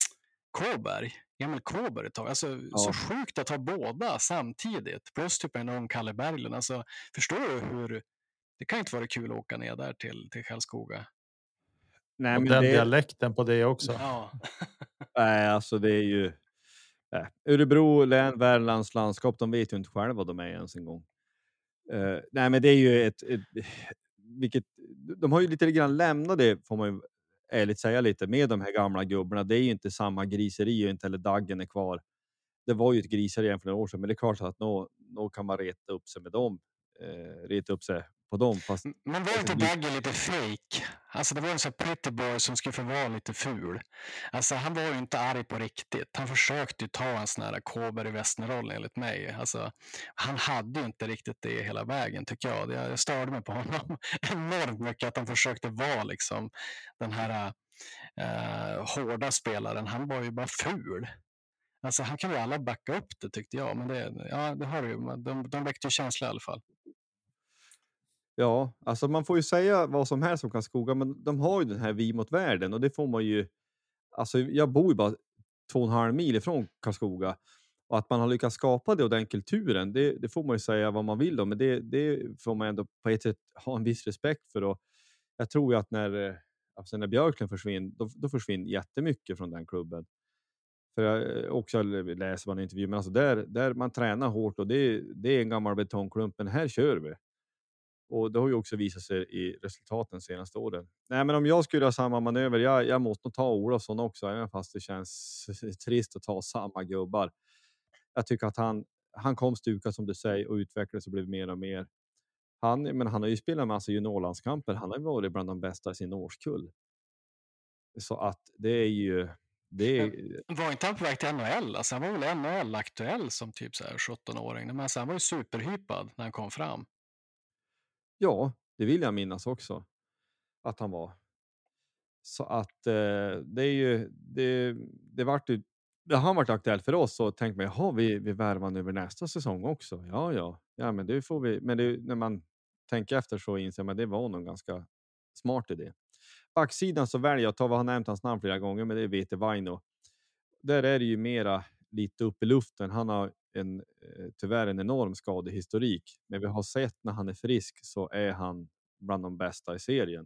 Kåberg, Emil Kåberg ett tag. Alltså, ja. Så sjukt att ha båda samtidigt. Plus typ en ung Kalle Berglund. Alltså, förstår du hur... Det kan inte vara kul att åka ner där till, till Karlskoga. Nej, och men den det... dialekten på det också. Ja. Nej, alltså det är ju... Nej. Örebro län, Värmlands landskap, de vet ju inte själva vad de är ens en gång. Uh, nej, men det är ju ett... ett vilket, de har ju lite grann lämnat det, får man ju ärligt säga lite, med de här gamla gubbarna. Det är ju inte samma griseri och inte heller Daggen är kvar. Det var ju ett griseri igen för några år sedan, men det är klart att nå, nå kan man reta upp sig med dem. Eh, reta upp sig på dem. Fast men var inte Daggen lite fake? Alltså det var en sån här pretty boy som skulle få vara lite ful. Alltså han var ju inte arg på riktigt. Han försökte ju ta en sån här Kåber i Västnerroll enligt mig. Alltså han hade ju inte riktigt det hela vägen tycker jag. Jag störde mig på honom enormt mycket att han försökte vara liksom den här uh, hårda spelaren. Han var ju bara ful. Alltså han kan ju alla backa upp det tyckte jag. Men det, ja, det har ju, de, de väckte ju känsla i alla fall. Ja, alltså man får ju säga vad som helst om Karlskoga, men de har ju den här vi mot världen och det får man ju, alltså jag bor ju bara två och en halv mil ifrån Karlskoga och att man har lyckats skapa det och den kulturen, det, det får man ju säga vad man vill om, men det, det får man ändå på ett sätt ha en viss respekt för. Och jag tror ju att när, alltså när Björklund försvinner, då, då försvinner jättemycket från den klubben. För jag också läser man en intervju, men alltså där, där man tränar hårt och det, det är en gammal betongklump, men här kör vi. Och det har ju också visat sig i resultaten senaste åren. Nej, men om jag skulle ha samma manöver, jag, jag måste nog ta Olofsson också, även fast det känns trist att ta samma gubbar. Jag tycker att han, han kom stuka som du säger och utvecklades och blev mer och mer. Han, men han har ju spelat massa juniorlandskamper. Han har ju varit bland de bästa i sin årskull. Så att det är ju... Det är... Var inte han på väg till N H L? Alltså han var väl N H L-aktuell som typ så här sjutton-åring. Men alltså han var ju superhypad när han kom fram. Ja, det vill jag minnas också. Att han var. Så att eh, det är ju... Det, det vart ju... Det har varit aktuellt för oss och tänkt mig, jaha, vi, vi värvar över nästa säsong också. Ja, ja. Ja, men det får vi... Men det, när man tänker efter så inser man att det var nog ganska smart idé. Backsidan så väljer jag att ta, vad han nämnt hans namn flera gånger, men det är Vete Vaino. Där är det ju mera lite upp i luften. Han har en, tyvärr en enorm skadehistorik. Men vi har sett när han är frisk så är han bland de bästa i serien.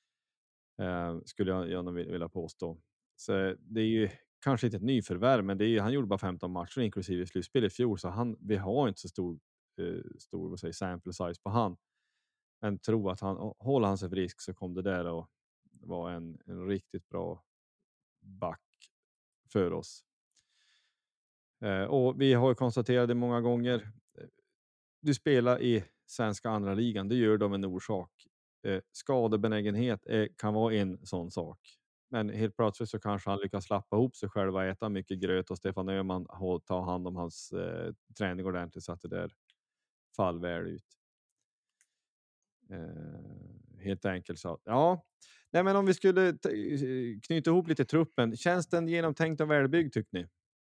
Eh, skulle jag gärna vilja påstå. Så det är ju kanske inte ett nyförvärv, men det är ju, han gjorde bara femton matcher inklusive slutspel i fjol. Så han, vi har inte så stor, eh, stor vad säger, sample size på han. Men tro att han, håller han sig frisk så kom det där och var en, en riktigt bra back för oss. Eh, och vi har ju konstaterat det många gånger. Du spelar i svenska andra ligan, det gör de en orsak. Eh, skadebenägenhet är, kan vara en sån sak. Men helt plötsligt så kanske han lyckas slappa ihop sig själv och äta mycket gröt och Stefan Öhman tar hand om hans eh, träning ordentligt så att det där fall väl ut. Eh, helt enkelt så. Ja, nej, men om vi skulle t- knyta ihop lite truppen. Känns den genomtänkt och välbyggd tycker ni?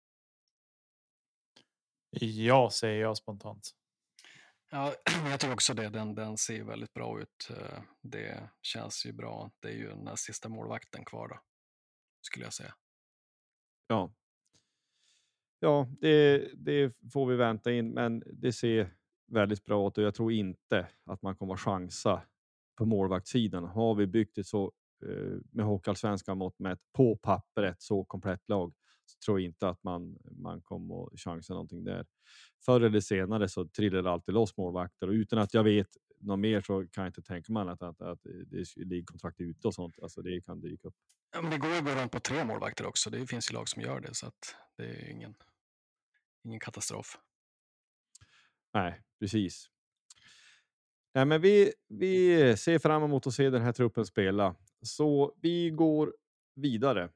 Ja, säger jag spontant. Ja, jag tror också det. Den, den ser väldigt bra ut. Det känns ju bra. Det är ju den här sista målvakten kvar då, skulle jag säga. Ja. Ja, det, det får vi vänta in, men det ser väldigt bra ut och jag tror inte att man kommer att chansa på målvaktssidan. Har vi byggt ett så eh, med hockeyallsvenska mått med på pappret så komplett lag så tror jag inte att man, man kommer att chansa någonting där. Förr eller senare så trillar det alltid loss målvakter och utan att jag vet något mer så kan jag inte tänka mig att, att, att det ligger kontrakt ute och sånt. Alltså det kan dyka upp. Ja, men det går ju att gå runt på tre målvakter också. Det finns ju lag som gör det så att det är ingen, ingen katastrof. Nej, precis. Nej, men vi, vi ser fram emot att se den här truppen spela. Så vi går vidare.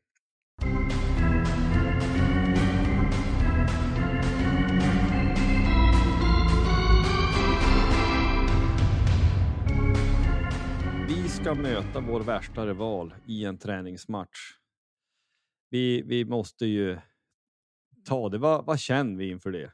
Vi ska möta vår värsta rival i en träningsmatch. Vi, vi måste ju ta det. Vad, vad känner vi inför det?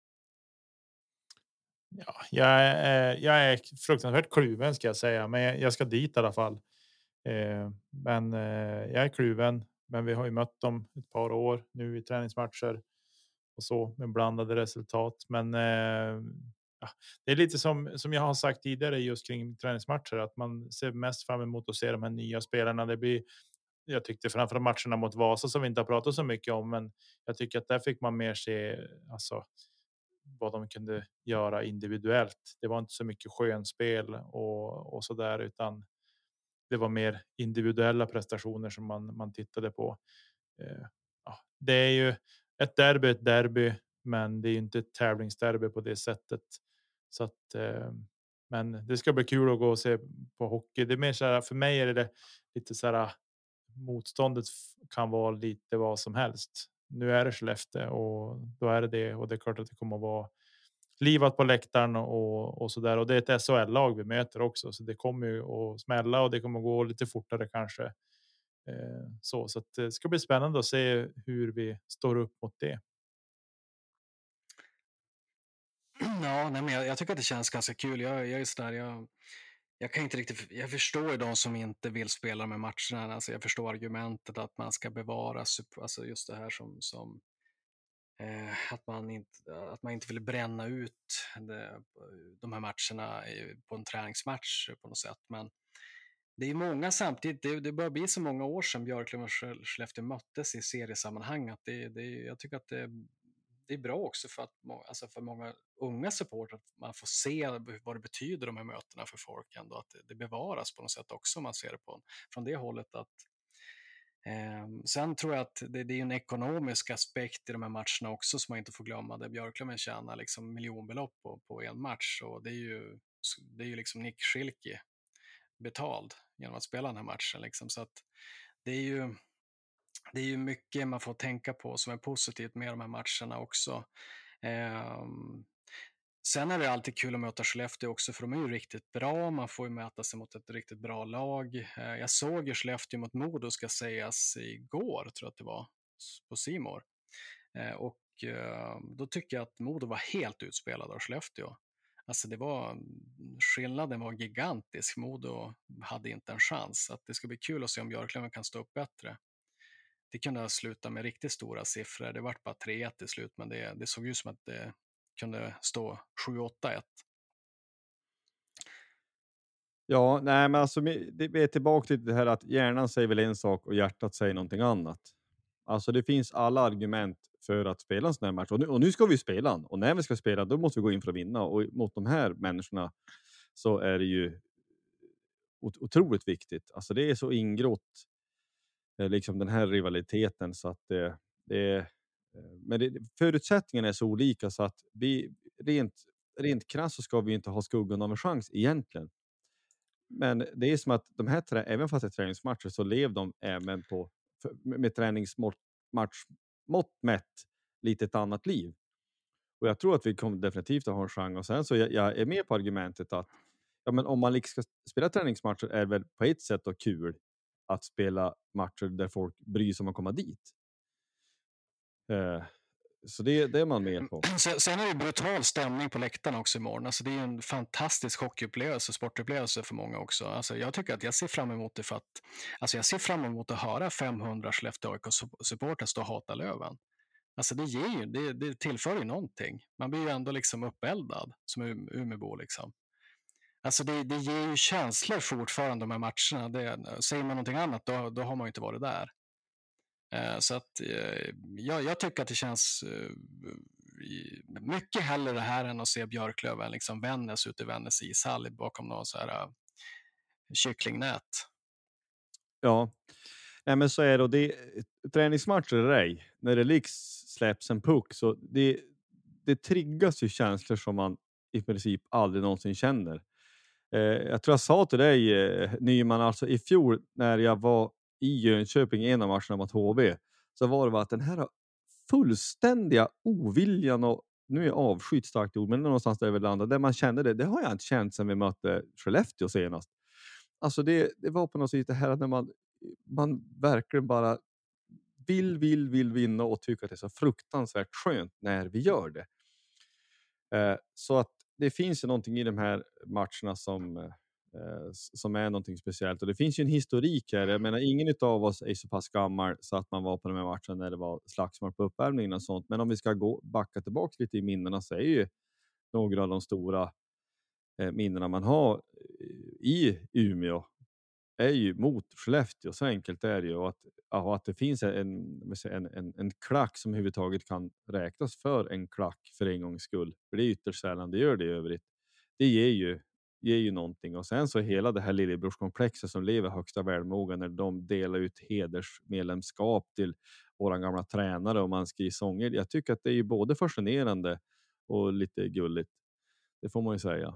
Ja, jag är, jag är fruktansvärt kluven ska jag säga, men jag, jag ska dit i alla fall. Eh, men eh, jag är kluven, men vi har ju mött dem ett par år nu i träningsmatcher och så med blandade resultat. Men eh, ja, det är lite som som jag har sagt tidigare just kring träningsmatcher att man ser mest fram emot att se de här nya spelarna. Det blir, jag tyckte framförallt matcherna mot Vasa som vi inte har pratat så mycket om, men jag tycker att där fick man mer se alltså vad de kunde göra individuellt. Det var inte så mycket skönspel och, och så där, utan det var mer individuella prestationer som man, man tittade på. Eh, ja, det är ju ett derby, ett derby, men det är ju inte ett tävlingsderby på det sättet. Så att, eh, men det ska bli kul att gå och se på hockey. Det är mer så här, för mig är det lite så här, motståndet kan vara lite vad som helst. Nu är det Skellefteå och då är det det, och det är klart att det kommer att vara livat på läktaren och, och så där. Och det är ett S H L-lag vi möter också, så det kommer ju att smälla och det kommer att gå lite fortare kanske. Eh, så så att det ska bli spännande att se hur vi står upp mot det. Ja, nej, men jag, jag tycker att det känns ganska kul. Jag, jag är så där, jag, jag kan inte riktigt, jag förstår ju de som inte vill spela de här matcherna. Alltså jag förstår argumentet att man ska bevara, alltså just det här som, som eh, att, man inte, att man inte vill bränna ut det, de här matcherna på en träningsmatch på något sätt. Men det är många samtidigt, det, det börjar bli så många år sedan Björklöven och Skellefteå möttes i seriesammanhang att det, det, jag tycker att det det är bra också för att alltså för många unga supportrar att man får se vad det betyder de här mötena för folk ändå, att det, det bevaras på något sätt också om man ser det på, från det hållet. Att, eh, sen tror jag att det, det är en ekonomisk aspekt i de här matcherna också som man inte får glömma, där Björklöven tjänar liksom miljonbelopp på, på en match, och det är ju, det är ju liksom Nick Schilke betald genom att spela den här matchen liksom. Så att det är ju Det är ju mycket man får tänka på som är positivt med de här matcherna också. Eh, sen är det alltid kul att möta Skellefteå också, för de är ju riktigt bra. Man får ju mäta sig mot ett riktigt bra lag. Eh, jag såg ju Skellefteå mot Modo, ska sägas, igår, tror jag att det var, på C More. Eh, och eh, då tycker jag att Modo var helt utspelad av Skellefteå. Alltså det var, skillnaden var gigantisk. Modo hade inte en chans. Att det ska bli kul att se om Björklöven kan stå upp bättre. Det kunde sluta med riktigt stora siffror. Det var bara tre ett till slut, men det, det såg ut som att det kunde stå sju åtta ett. Ja, nej, men alltså vi är tillbaka till det här att hjärnan säger väl en sak och hjärtat säger någonting annat. Alltså det finns alla argument för att spela en sån här match. Och nu, och nu ska vi spela den. Och när vi ska spela, då måste vi gå in för att vinna. Och mot de här människorna så är det ju otroligt viktigt. Alltså det är så ingrott, liksom den här rivaliteten, så att det, det är, men det, förutsättningarna är så olika så att vi rent, rent krasst så ska vi inte ha skuggan av en chans egentligen. Men det är som att de här, även fast det är träningsmatcher, så lever de även på med träningsmått mått mätt lite ett annat liv. Och jag tror att vi kommer definitivt att ha en chans. Och sen så jag, jag är med på argumentet att ja, men om man liksom ska spela träningsmatcher är det väl på ett sätt då kul att spela matcher där folk bryr sig om att komma dit. Uh, så det, det är man med på. Sen, sen är det brutal stämning på läktarna också imorgon. Alltså det är ju en fantastisk hockeyupplevelse, sportupplevelse för många också. Alltså jag tycker att jag ser fram emot det för att alltså jag ser fram emot att höra femhundra Skellefteå A I K-supportrar stå och hata Löven. Alltså det ger ju, det, det tillför ju någonting. Man blir ju ändå liksom uppeldad som Umebo liksom. Alltså det, det ger ju känslor fortfarande de här matcherna. Det, säger man någonting annat då, då har man ju inte varit där. Uh, så att uh, jag, jag tycker att det känns uh, mycket hellre det här än att se Björklöven liksom Vännäs ute i Vännäs ishall bakom någon så här uh, kycklingnät. Ja, nej, men så är det. Och det träningsmatcher eller ej, när det liks släpps en puck så det, det triggas ju känslor som man i princip aldrig någonsin känner. Eh, jag tror jag sa till dig eh, Nyman, alltså i fjol när jag var i Jönköping en av matcherna mot H V, så var det bara att den här fullständiga oviljan, och nu är avskytt starkt ord, men någonstans där över landet där man kände det, det har jag inte känt sedan vi mötte Skellefteå senast. Alltså det, det var på något sätt det här att när man, man verkligen bara vill, vill, vill vinna och tycker att det är så fruktansvärt skönt när vi gör det. Eh, så att det finns ju någonting i de här matcherna som, eh, som är någonting speciellt. Och det finns ju en historik här. Jag menar, ingen av oss är så pass gammal så att man var på de här matcherna när det var slagsmål på uppvärmningen och sånt. Men om vi ska gå backa tillbaka lite i minnena, så är ju några av de stora eh, minnena man har i Umeå är ju mot Skellefteå. Så enkelt är det ju. Och att, ja, att det finns en, en, en, en klack som överhuvudtaget kan räknas för en klack för en gångs skull. För det är ytterst sällan det gör det i övrigt. Det ger ju, ger ju någonting. Och sen så hela det här lillebrorskomplexet som lever högsta välmåga när de delar ut hedersmedlemskap till våran gamla tränare och man skriver sånger. Jag tycker att det är ju både fascinerande och lite gulligt. Det får man ju säga.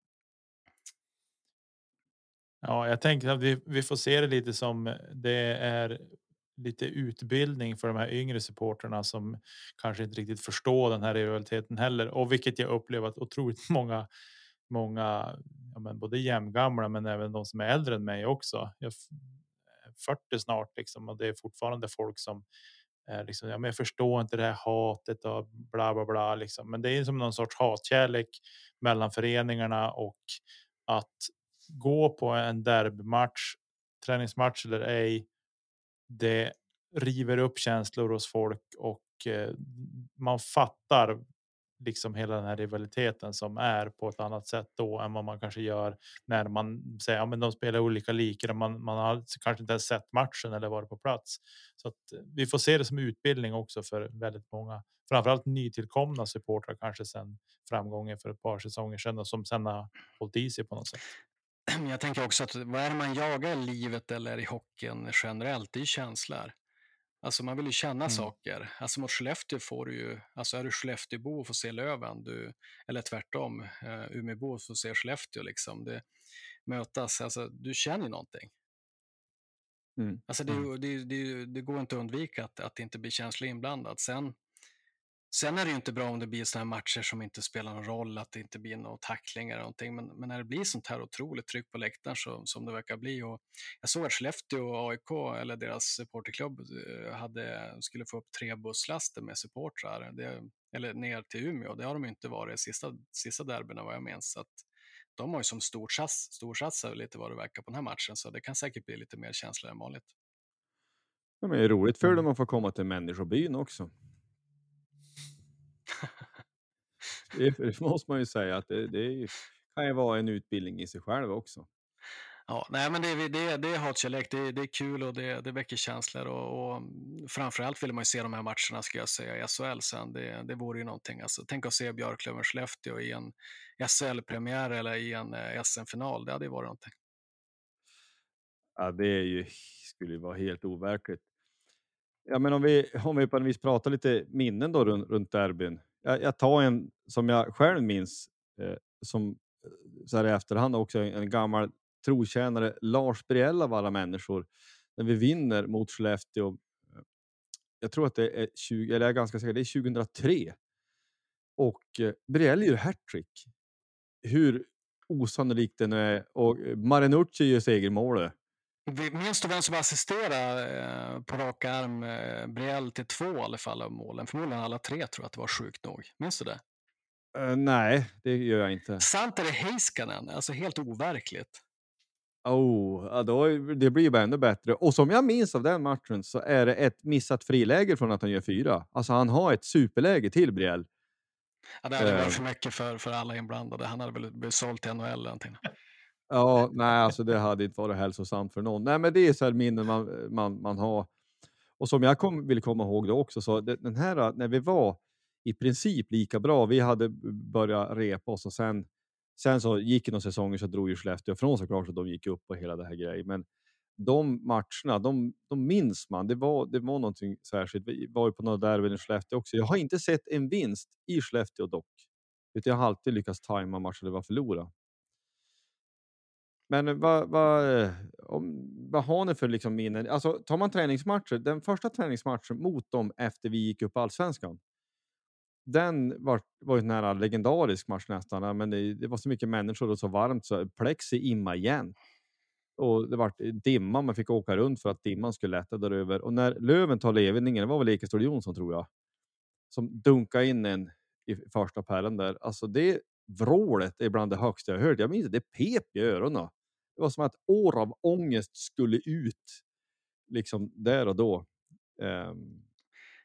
Ja, jag tänker att vi, vi får se det lite som det är lite utbildning för de här yngre supporterna som kanske inte riktigt förstår den här rivaliteten heller. Och vilket jag upplever att otroligt många, många, ja, men både jämngamla men även de som är äldre än mig också. Jag är fyrtio snart liksom och det är fortfarande folk som är liksom, ja, men jag förstår inte det här hatet och bla bla bla liksom. Men det är som någon sorts hatkärlek mellan föreningarna och att gå på en derbymatch, träningsmatch eller ej. Det river upp känslor hos folk och eh, man fattar liksom hela den här rivaliteten som är på ett annat sätt då än vad man kanske gör när man säger ja, men de spelar olika likor och man, man har kanske inte ens sett matchen eller varit på plats. Så att vi får se det som utbildning också för väldigt många, framförallt nytillkomna supportrar kanske sen framgången för ett par säsonger sedan och som sen har hållit i sig på något sätt. Jag tänker också att vad är det man jagar i livet eller i hockeyn generellt? Det är känslor. Alltså man vill ju känna Mm. saker. Alltså mot Skellefteå får du ju, alltså är du Skellefteåbo och får se Löven, du, eller tvärtom, uh, Umeåbo och får se Skellefteå liksom. Det mötas, alltså du känner någonting. Mm. Alltså det, det, det, det går inte att undvika att, att det inte blir känsla inblandad. Sen, sen är det ju inte bra om det blir såna här matcher som inte spelar någon roll, att det inte blir någon tackling eller någonting. Men, men när det blir sånt här otroligt tryck på läktaren så, som det verkar bli. Och jag såg att Skellefteå och A I K, eller deras supporterklubb, hade, skulle få upp tre busslaster med supportrar. Det, eller ner till Umeå. Det har de inte varit sista, sista derbyna vad jag minns. Så att de har ju som storsats, storsatsar lite vad det verkar på den här matchen. Så det kan säkert bli lite mer känsla än vanligt. Ja, men det är roligt för dem att få komma till människobyn också. Det, det måste man ju säga att det, det kan ju vara en utbildning i sig själv också. Ja, nej, men det, det, det är hatkärlek, det, det är kul och det, det väcker känslor och, och framförallt vill man ju se de här matcherna ska jag säga i S H L sen, det, det vore ju någonting. Alltså, tänk att se Björklöven Skellefteå i en S H L-premiär eller i en S M-final, det hade ju varit någonting. Ja, det är ju, skulle ju vara helt overkligt. Ja, men om vi, om vi på en vis pratar lite minnen då runt, runt derbyn. Jag, jag tar en som jag själv minns, eh, som så här i efterhand också en, en gammal trotjänare, Lars Briell av alla människor. När vi vinner mot Skellefteå, jag tror att det är tjugo, eller jag är ganska säker, det är tjugohundratre. Och eh, Briell gör hattrick. Hur osannolikt det nu är. Och Marinucci gör segermålet. Minns du vem som assisterade eh, på rak arm eh, Briell till två i alla fall av målen? Förmodligen alla tre, tror jag att det var, sjukt nog. Minns du det? Uh, nej, det gör jag inte. Santeri Heiskanen, alltså helt overkligt. Oh, ja, då, det blir ju bara ännu bättre. Och som jag minns av den matchen så är det ett missat friläge från att han gör fyra. Alltså han har ett superläge till Briell. Ja, det hade varit uh. för mycket för, för alla inblandade. Han hade väl blivit sålt till N H L eller någonting. Ja, nej, alltså det hade inte varit hälsosamt för någon. Nej, men det är så här minnen man, man, man har. Och som jag kom, vill komma ihåg det också, så det, den här, när vi var i princip lika bra, vi hade börjat repa oss och sen, sen så gick det några säsonger så drog ju Skellefteå från såklart så de gick upp och hela det här grejen. Men de matcherna, de, de minns man. Det var, det var någonting särskilt. Vi var ju på några derby i Skellefteå också. Jag har inte sett en vinst i Skellefteå dock. Utan jag har alltid lyckats tajma matcher där vi var förlora. Men vad, vad, om, vad har ni för liksom minnen? Alltså tar man träningsmatcher, den första träningsmatchen mot dem efter vi gick upp Allsvenskan. Den var, var ju en nära legendarisk match nästan. Men det, det var så mycket människor och så varmt så plexi imma igen. Och det var dimma, man fick åka runt för att dimman skulle lätta däröver. Och när Löven tar ledningen, det var väl Ekestål Jonsson tror jag. Som dunkade in en i första pärlen där. Alltså det vrålet är bland det högsta jag hört. Jag minns det pep i öronen. Det var som att år av ångest skulle ut. Liksom där och då. Um,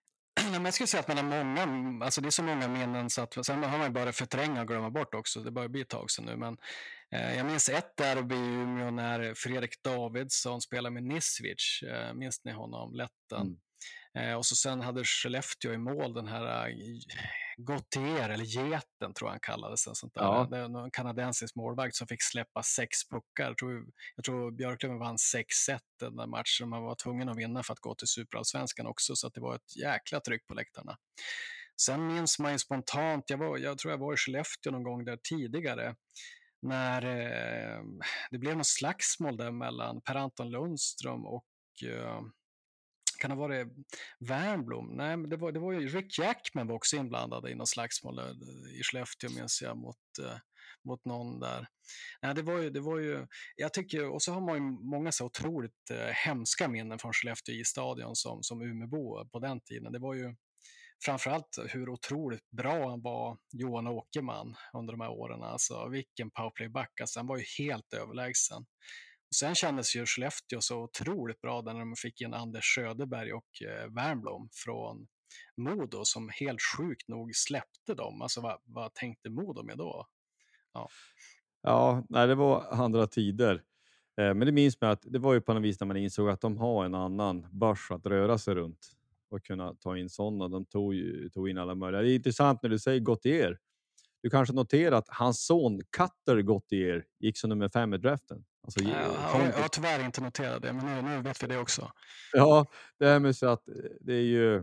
Men jag skulle säga att man har många, alltså det är så många minnen så att sen har man bara förtränga och glömma bort också. Det börjar bli ett tag sedan nu, men eh, jag minns ett derby i Umeå när Fredrik Davidsson spelade med Nisvic. Eh, minns ni honom? Letten. Mm. Eh, och så sen hade Skellefteå i mål den här uh, Gauthier, eller Geten tror jag han kallades. En sånt där. Ja. Det var en kanadensisk målvakt som fick släppa sex puckar. Jag tror, jag tror Björklöven vann sex ett den där matchen. Man var tvungen att vinna för att gå till Superallsvenskan också, så att det var ett jäkla tryck på läktarna. Sen minns man ju spontant, jag, var, jag tror jag var i Skellefteå någon gång där tidigare, när eh, det blev något slagsmål där mellan Per-Anton Lundström och eh, kan det vara det Wernbloom? Nej, men det var, det var ju Rick Jackman var också inblandad i något slagsmål där, i Skellefteå minns jag mot, eh, mot någon där. Nej, det var ju, det var ju, jag tycker, och så har man ju många så otroligt eh, hemska minnen från Skellefteå i stadion som, som Umeåbo på den tiden. Det var ju framförallt hur otroligt bra han var, Johan Åkerman, under de här åren. Alltså vilken powerplayback, alltså, han var ju helt överlägsen. Och sen kändes ju Skellefteå så otroligt bra när de fick in Anders Söderberg och eh, Wernbloom från Modo som helt sjukt nog släppte dem. Alltså vad, vad tänkte Modo med då? Ja, Ja, nej, det var andra tider. Eh, men det minns mig att det var ju på något vis när man insåg att de har en annan börs att röra sig runt och kunna ta in sådana. De tog, ju, tog in alla möjliga. Det är intressant när du säger Gauthier. Du kanske noterar att hans son Cutter Gauthier gick som nummer fem i draften. Alltså, ja, ja, jag, jag har tyvärr inte noterat det, men nu, nu vet vi det också. Ja, det här med så att det är ju...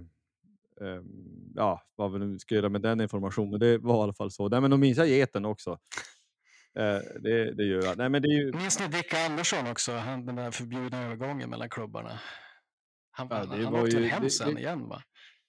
Um, ja, vad vi nu ska göra med den informationen. Men det var i alla fall så. Nej, men de minns jag Geten också. Uh, det, det gör jag. Nej, men det är ju... Minns ni Dick Andersson också? Han, den där förbjudna övergången mellan klubbarna. Han, Ja, han, det han var åkte ju- väl hem det- sen det- igen, va?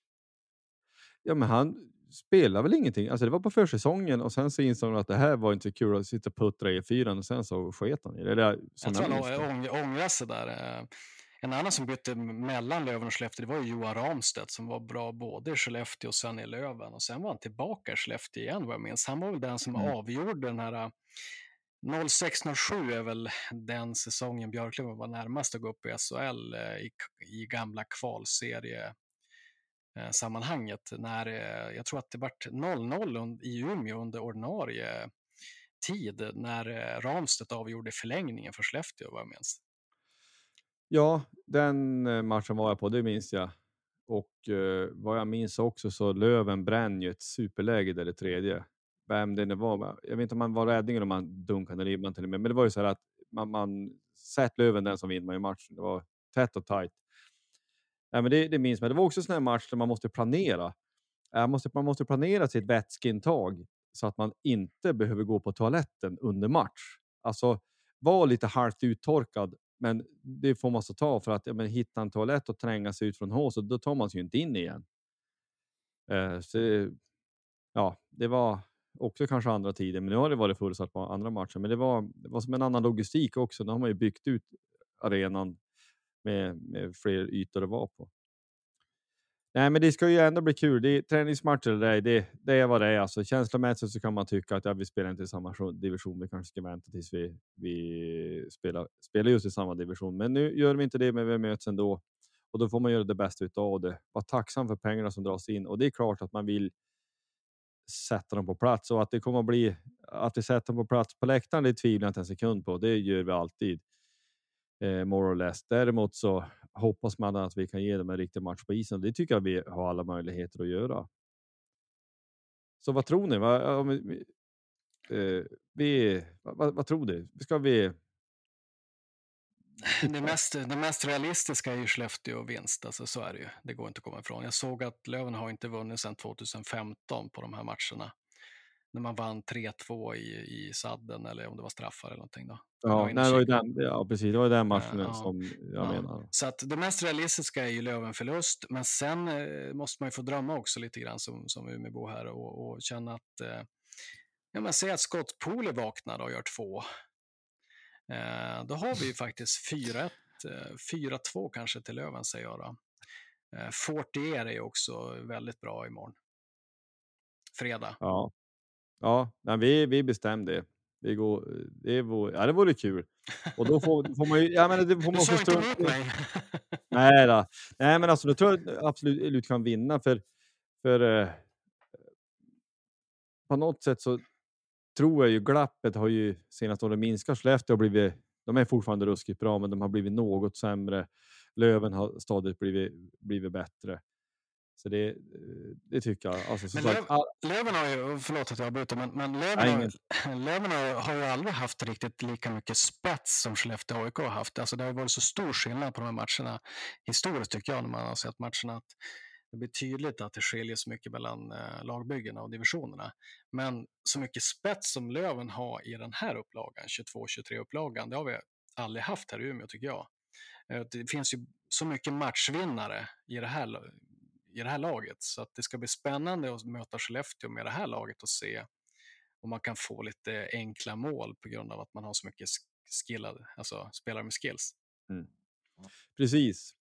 Ja, men han spelar väl ingenting. Alltså det var på försäsongen och sen så insåg han att det här var inte så kul att sitta och puttra i fyran och sen så sket han i det. Där, som Jag tror minns det. han ång- ångrar sig där. Eh, En annan som bytte mellan Löven och Skellefteå, det var ju Johan Ramstedt som var bra både i Skellefteå och sen i Löven. Och sen var han tillbaka i Skellefteå igen vad jag minns. Han var väl den som Mm. avgjorde den här eh, noll sex noll sju är väl den säsongen Björklöven var närmast att gå upp i S H L eh, i, i gamla kvalserie eh, sammanhanget. När, eh, jag tror att det vart noll noll un- i Umeå under ordinarie tid när eh, Ramstedt avgjorde förlängningen för Skellefteå vad jag minns. Ja, den eh, matchen var jag på, det minns jag. Och eh, vad jag minns också så Löven brände ju ett superläge där i tredje. Vem det nu var. Jag vet inte om man var räddning eller om man dunkade ribban till och med. Men det var ju så här att man, man sett Löven den som vinner i matchen. Det var tätt och tajt. Ja, men det, det minns man. Det var också en sån här match där man måste planera. Man måste, man måste planera sitt vätskeintag så att man inte behöver gå på toaletten under match. Alltså var lite halvt uttorkad, men det får man så ta för att ja, men, hitta en toalett och tränga sig ut från hås och då tar man sig ju inte in igen. Eh, så, ja, det var också kanske andra tider, men nu har det varit fullsatt på andra matcher. Men det var, det var som en annan logistik också. Nu har man ju byggt ut arenan med, med fler ytor att vara på. Nej, men det ska ju ändå bli kul. Det är träningsmatcher eller det, det, det är vad det är. Alltså, känslomässigt så kan man tycka att ja, vi spelar inte i samma division. Vi kanske ska vänta tills vi, vi spelar, spelar just i samma division. Men nu gör vi inte det, men vi möts ändå. Och då får man göra det bästa utav det. Var tacksam för pengarna som dras in. Och det är klart att man vill sätta dem på plats. Och att det kommer att bli att vi sätter dem på plats på läktaren, det tvivlar jag inte en sekund på. Det gör vi alltid. Eh, more or less. Däremot så hoppas man att vi kan ge dem en riktig match på isen. Det tycker jag vi har alla möjligheter att göra. Så vad tror ni? Vad, om vi, eh, vi, vad, vad tror du? Ska vi... Det mest, det mest realistiska är ju Skellefteå vinst, alltså så är det ju. Det går inte att komma ifrån. Jag såg att Löven har inte vunnit sedan tjugohundrafemton på de här matcherna. När man vann tre två i, i sadden eller om det var straffar eller någonting då. Ja, Jag nej, det var ju den, ja, precis. Det var ju den matchen Ja, som jag ja. menar. Så att det mest realistiska är ju Löven förlust, men sen eh, måste man ju få drömma också lite grann som, som Umeåbo här och, och känna att eh, ja, men säg att Scott Poole vaknar och gör två. Eh, då har vi ju faktiskt fyra ett, eh, fyra två kanske till Löven, säger jag då. Eh, Fortier är ju också väldigt bra imorgon. Fredag. Ja, ja nej, vi, vi bestämde det. Det går, det vore, ja, det vore kul. Och då får, får man ju, ja men det får man Du också sa inte stund. emot mig. Nej då. Nej men alltså, då tror jag absolut kan vinna för, för eh, på något sätt så tror jag ju glappet har ju senast åren minskat. Skellefteå har blivit, de är fortfarande ruskigt bra, men de har blivit något sämre. Löven har stadigt blivit, blivit bättre. Så det, det tycker jag. Alltså, så Men sagt, Löv, all... Löven har ju, förlåt att jag avbryter, men, men Löven, Nej, har, Löven har, har ju aldrig haft riktigt lika mycket spets som Skellefteå A I K har haft. Alltså det har varit så stor skillnad på de här matcherna historiskt tycker jag när man har sett matcherna. Att det blir tydligt att det skiljer så mycket mellan eh, lagbyggena och divisionerna. Men så mycket spets som Löven har i den här upplagan, tjugotvå tjugotre-upplagan, det har vi aldrig haft här i Umeå tycker jag. Eh, det finns ju så mycket matchvinnare i det här i det här laget, så att det ska bli spännande att möta Skellefteå med det här laget och se om man kan få lite enkla mål på grund av att man har så mycket skillade, alltså spelare med skills. Mm. Precis.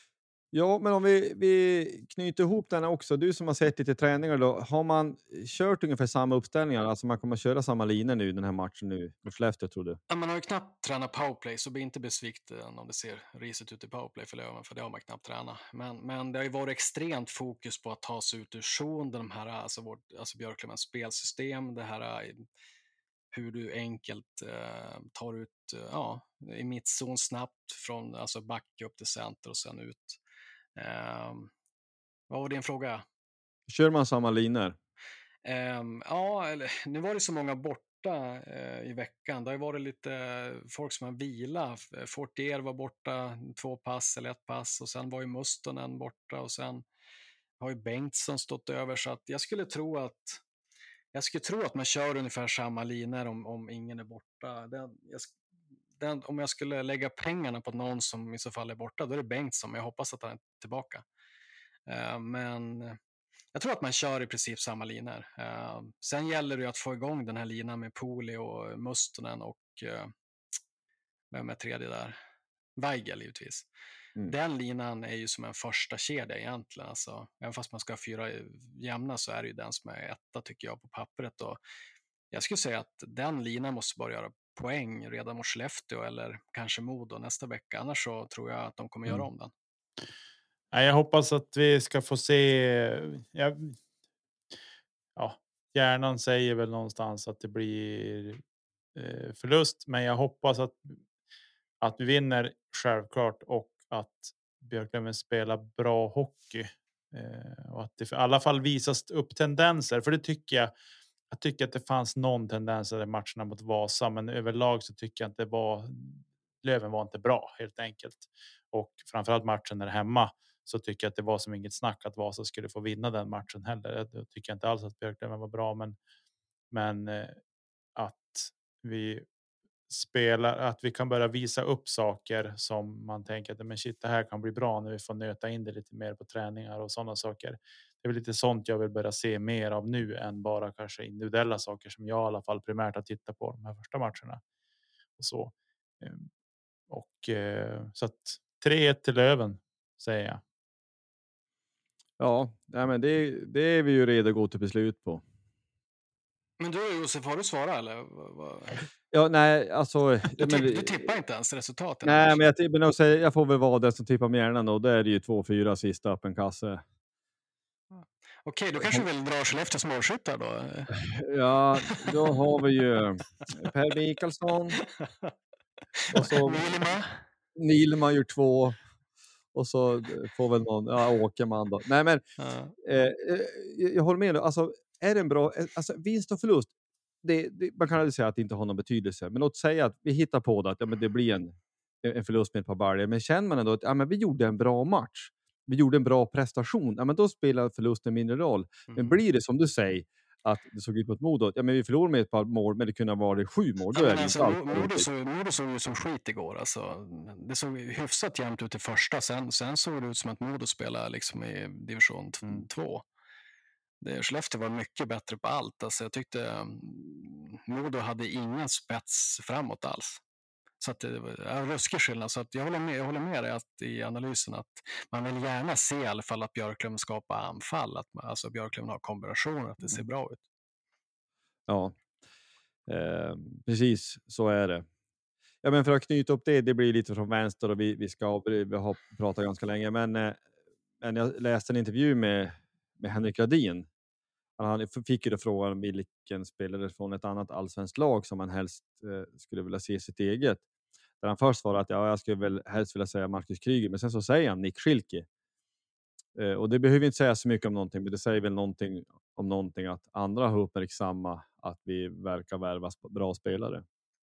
Ja, men om vi, vi knyter ihop den också. Du som har sett lite träningar då, har man kört ungefär samma uppställningar? Alltså man kommer att köra samma linjer nu den här matchen nu mot Skellefteå, tror du? Ja, man har ju knappt tränat powerplay, så bli inte besviken om det ser risigt ut i powerplay för Löven, för det har man knappt tränat. Men, men det har ju varit extremt fokus på att ta sig ut ur zon, de här, alltså, vårt, alltså Björklövens spelsystem, det här hur du enkelt eh, tar ut eh, ja, i mittzon snabbt från alltså back upp till center och sen ut. Eh, vad var din fråga? Kör man samma linjer? Eh, ja, eller, nu var det så många borta eh, i veckan. Det har ju varit lite folk som har vila. Fortier var borta två pass eller ett pass och sen var ju Mustonen borta och sen har ju Bengtsson stått över, så att jag skulle tro att Jag skulle tro att man kör ungefär samma linjer om, om ingen är borta. Den, jag, den, om jag skulle lägga pengarna på någon som i så fall är borta, då är det Bengtsson. Jag hoppas att han är tillbaka. Uh, men jag tror att man kör i princip samma linjer. Uh, sen gäller det att få igång den här linan med Poli och Mustonen och uh, vem är tredje där? Weigel givetvis. Mm. Den linan är ju som en första kedja egentligen. Alltså, även fast man ska ha fyra jämna så är det ju den som är etta tycker jag på pappret. Och jag skulle säga att den linan måste bara göra poäng redan mot Skellefteå eller kanske Modo nästa vecka. Annars så tror jag att de kommer mm. göra om den. Jag hoppas att vi ska få se. Ja, ja, hjärnan säger väl någonstans att det blir eh, förlust, men jag hoppas att att vi vinner självklart och att Björklöven spelar bra hockey eh, och att det i alla fall visas upp tendenser, för det tycker jag. Jag tycker att det fanns någon tendens i matcherna mot Vasa, men överlag så tycker jag att det var Löven var inte bra helt enkelt, och framförallt matchen där hemma så tycker jag att det var som inget snack att Vasa skulle få vinna den matchen heller. Jag tycker inte alls att Björklöven var bra, men men eh, att vi spelar, att vi kan börja visa upp saker som man tänker att men shit, det här kan bli bra när vi får nöta in det lite mer på träningar och sådana saker. Det är väl lite sånt jag vill börja se mer av nu än bara kanske individuella saker som jag i alla fall primärt har tittat på de här första matcherna och så. Och så att tre ett till Löven säger jag. Ja, nej, men det, det är vi ju redo att gå till beslut på. Men du Josef, har du svarat eller? Ja, nej, alltså. Du, tipp, men, du tippar inte ens resultatet. Nej, men jag, tippar nog, jag får väl vara den som tippar med hjärnan då. Det är det ju två fyra sista öppen kasse. Okej, då kanske vi vill dra Skellefteås målskyttar då? Ja, då har vi ju Per Mikaelsson. Och så Nilma. Nilma gör två. Och så får väl någon, ja, Åkerman då. Nej, men ja. eh, jag, jag håller med nu. Alltså, är det en bra, alltså vinst och förlust, det, det, man kan aldrig säga att det inte har någon betydelse. Men låt säga att vi hittar på det, att ja, men det blir en, en förlust med ett par baljor. Men känner man ändå att ja, men vi gjorde en bra match, vi gjorde en bra prestation, ja, men då spelar förlusten mindre roll. Mm. Men blir det som du säger, att det såg ut mot Modo, ja men vi förlorade med ett par mål, men det kunde ha varit sju mål. Då ja, är det alltså, inte Modo, så, Modo såg ju som skit igår. Alltså. Det såg hyfsat jämnt ut i första, sen, sen såg det ut som att Modo spelade liksom i division två. Det, Skellefteå var mycket bättre på allt. Alltså, jag tyckte um, Modo hade ingen spets framåt alls. Så att det var en ruskig skillnad. Så att jag håller med, jag håller med dig att, i analysen att man vill gärna se i alla fall att Björklöven skapar anfall. Att man, alltså Björklöven har kombinationer, att det ser bra ut. Ja. Eh, precis så är det. Ja, men för att knyta upp det, det blir lite från vänster och vi, vi ska vi har pratat ganska länge, men, eh, men jag läste en intervju med, med Henrik Radin. Han fick ju då frågan vilken spelare från ett annat allsvenskt lag som han helst eh, skulle vilja se sitt eget. Där han först svarade att ja, jag skulle väl helst vilja säga Marcus Kryger, men sen så säger han Nick Schilke. Eh, och det behöver inte säga så mycket om någonting, men det säger väl någonting om någonting att andra har uppmärksamma att vi verkar värva bra spelare.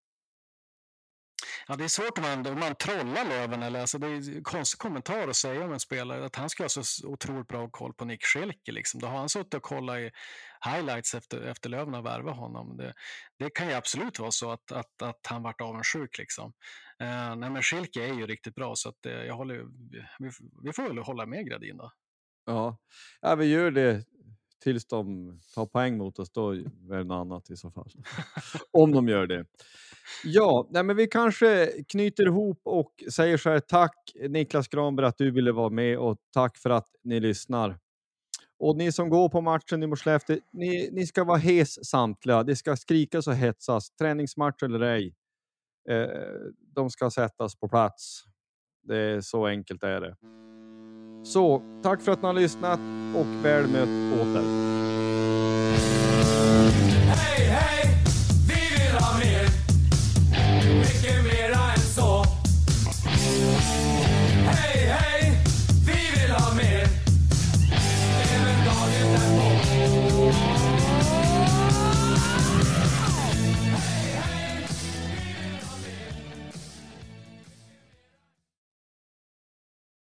Ja, det är svårt om man, om man trollar Löven. Eller, alltså, det är en konstig kommentar att säga om en spelare att han ska ha så otroligt bra koll på Nick Schilke. Liksom. Då har han suttit och kollat i highlights efter, efter Löven och värva honom. Det, det kan ju absolut vara så att, att, att han varit avundsjuk. Liksom. Uh, nej, men Schilke är ju riktigt bra, så att, uh, jag håller, vi, vi får väl hålla med Gradin då. Ja, ja vi gör det tills de tar poäng mot oss, då är det något annat i så fall. Om de gör det. Ja, nej, men vi kanske knyter ihop och säger så här: tack Niklas Granberg att du ville vara med, och tack för att ni lyssnar. Och ni som går på matchen i Morsläfte, ni, ni ska vara hes samtliga. Det ska skrikas och hetsas, träningsmatch eller ej. Eh, de ska sättas på plats. Det är så enkelt är det. Så, tack för att ni har lyssnat och väl mött åter.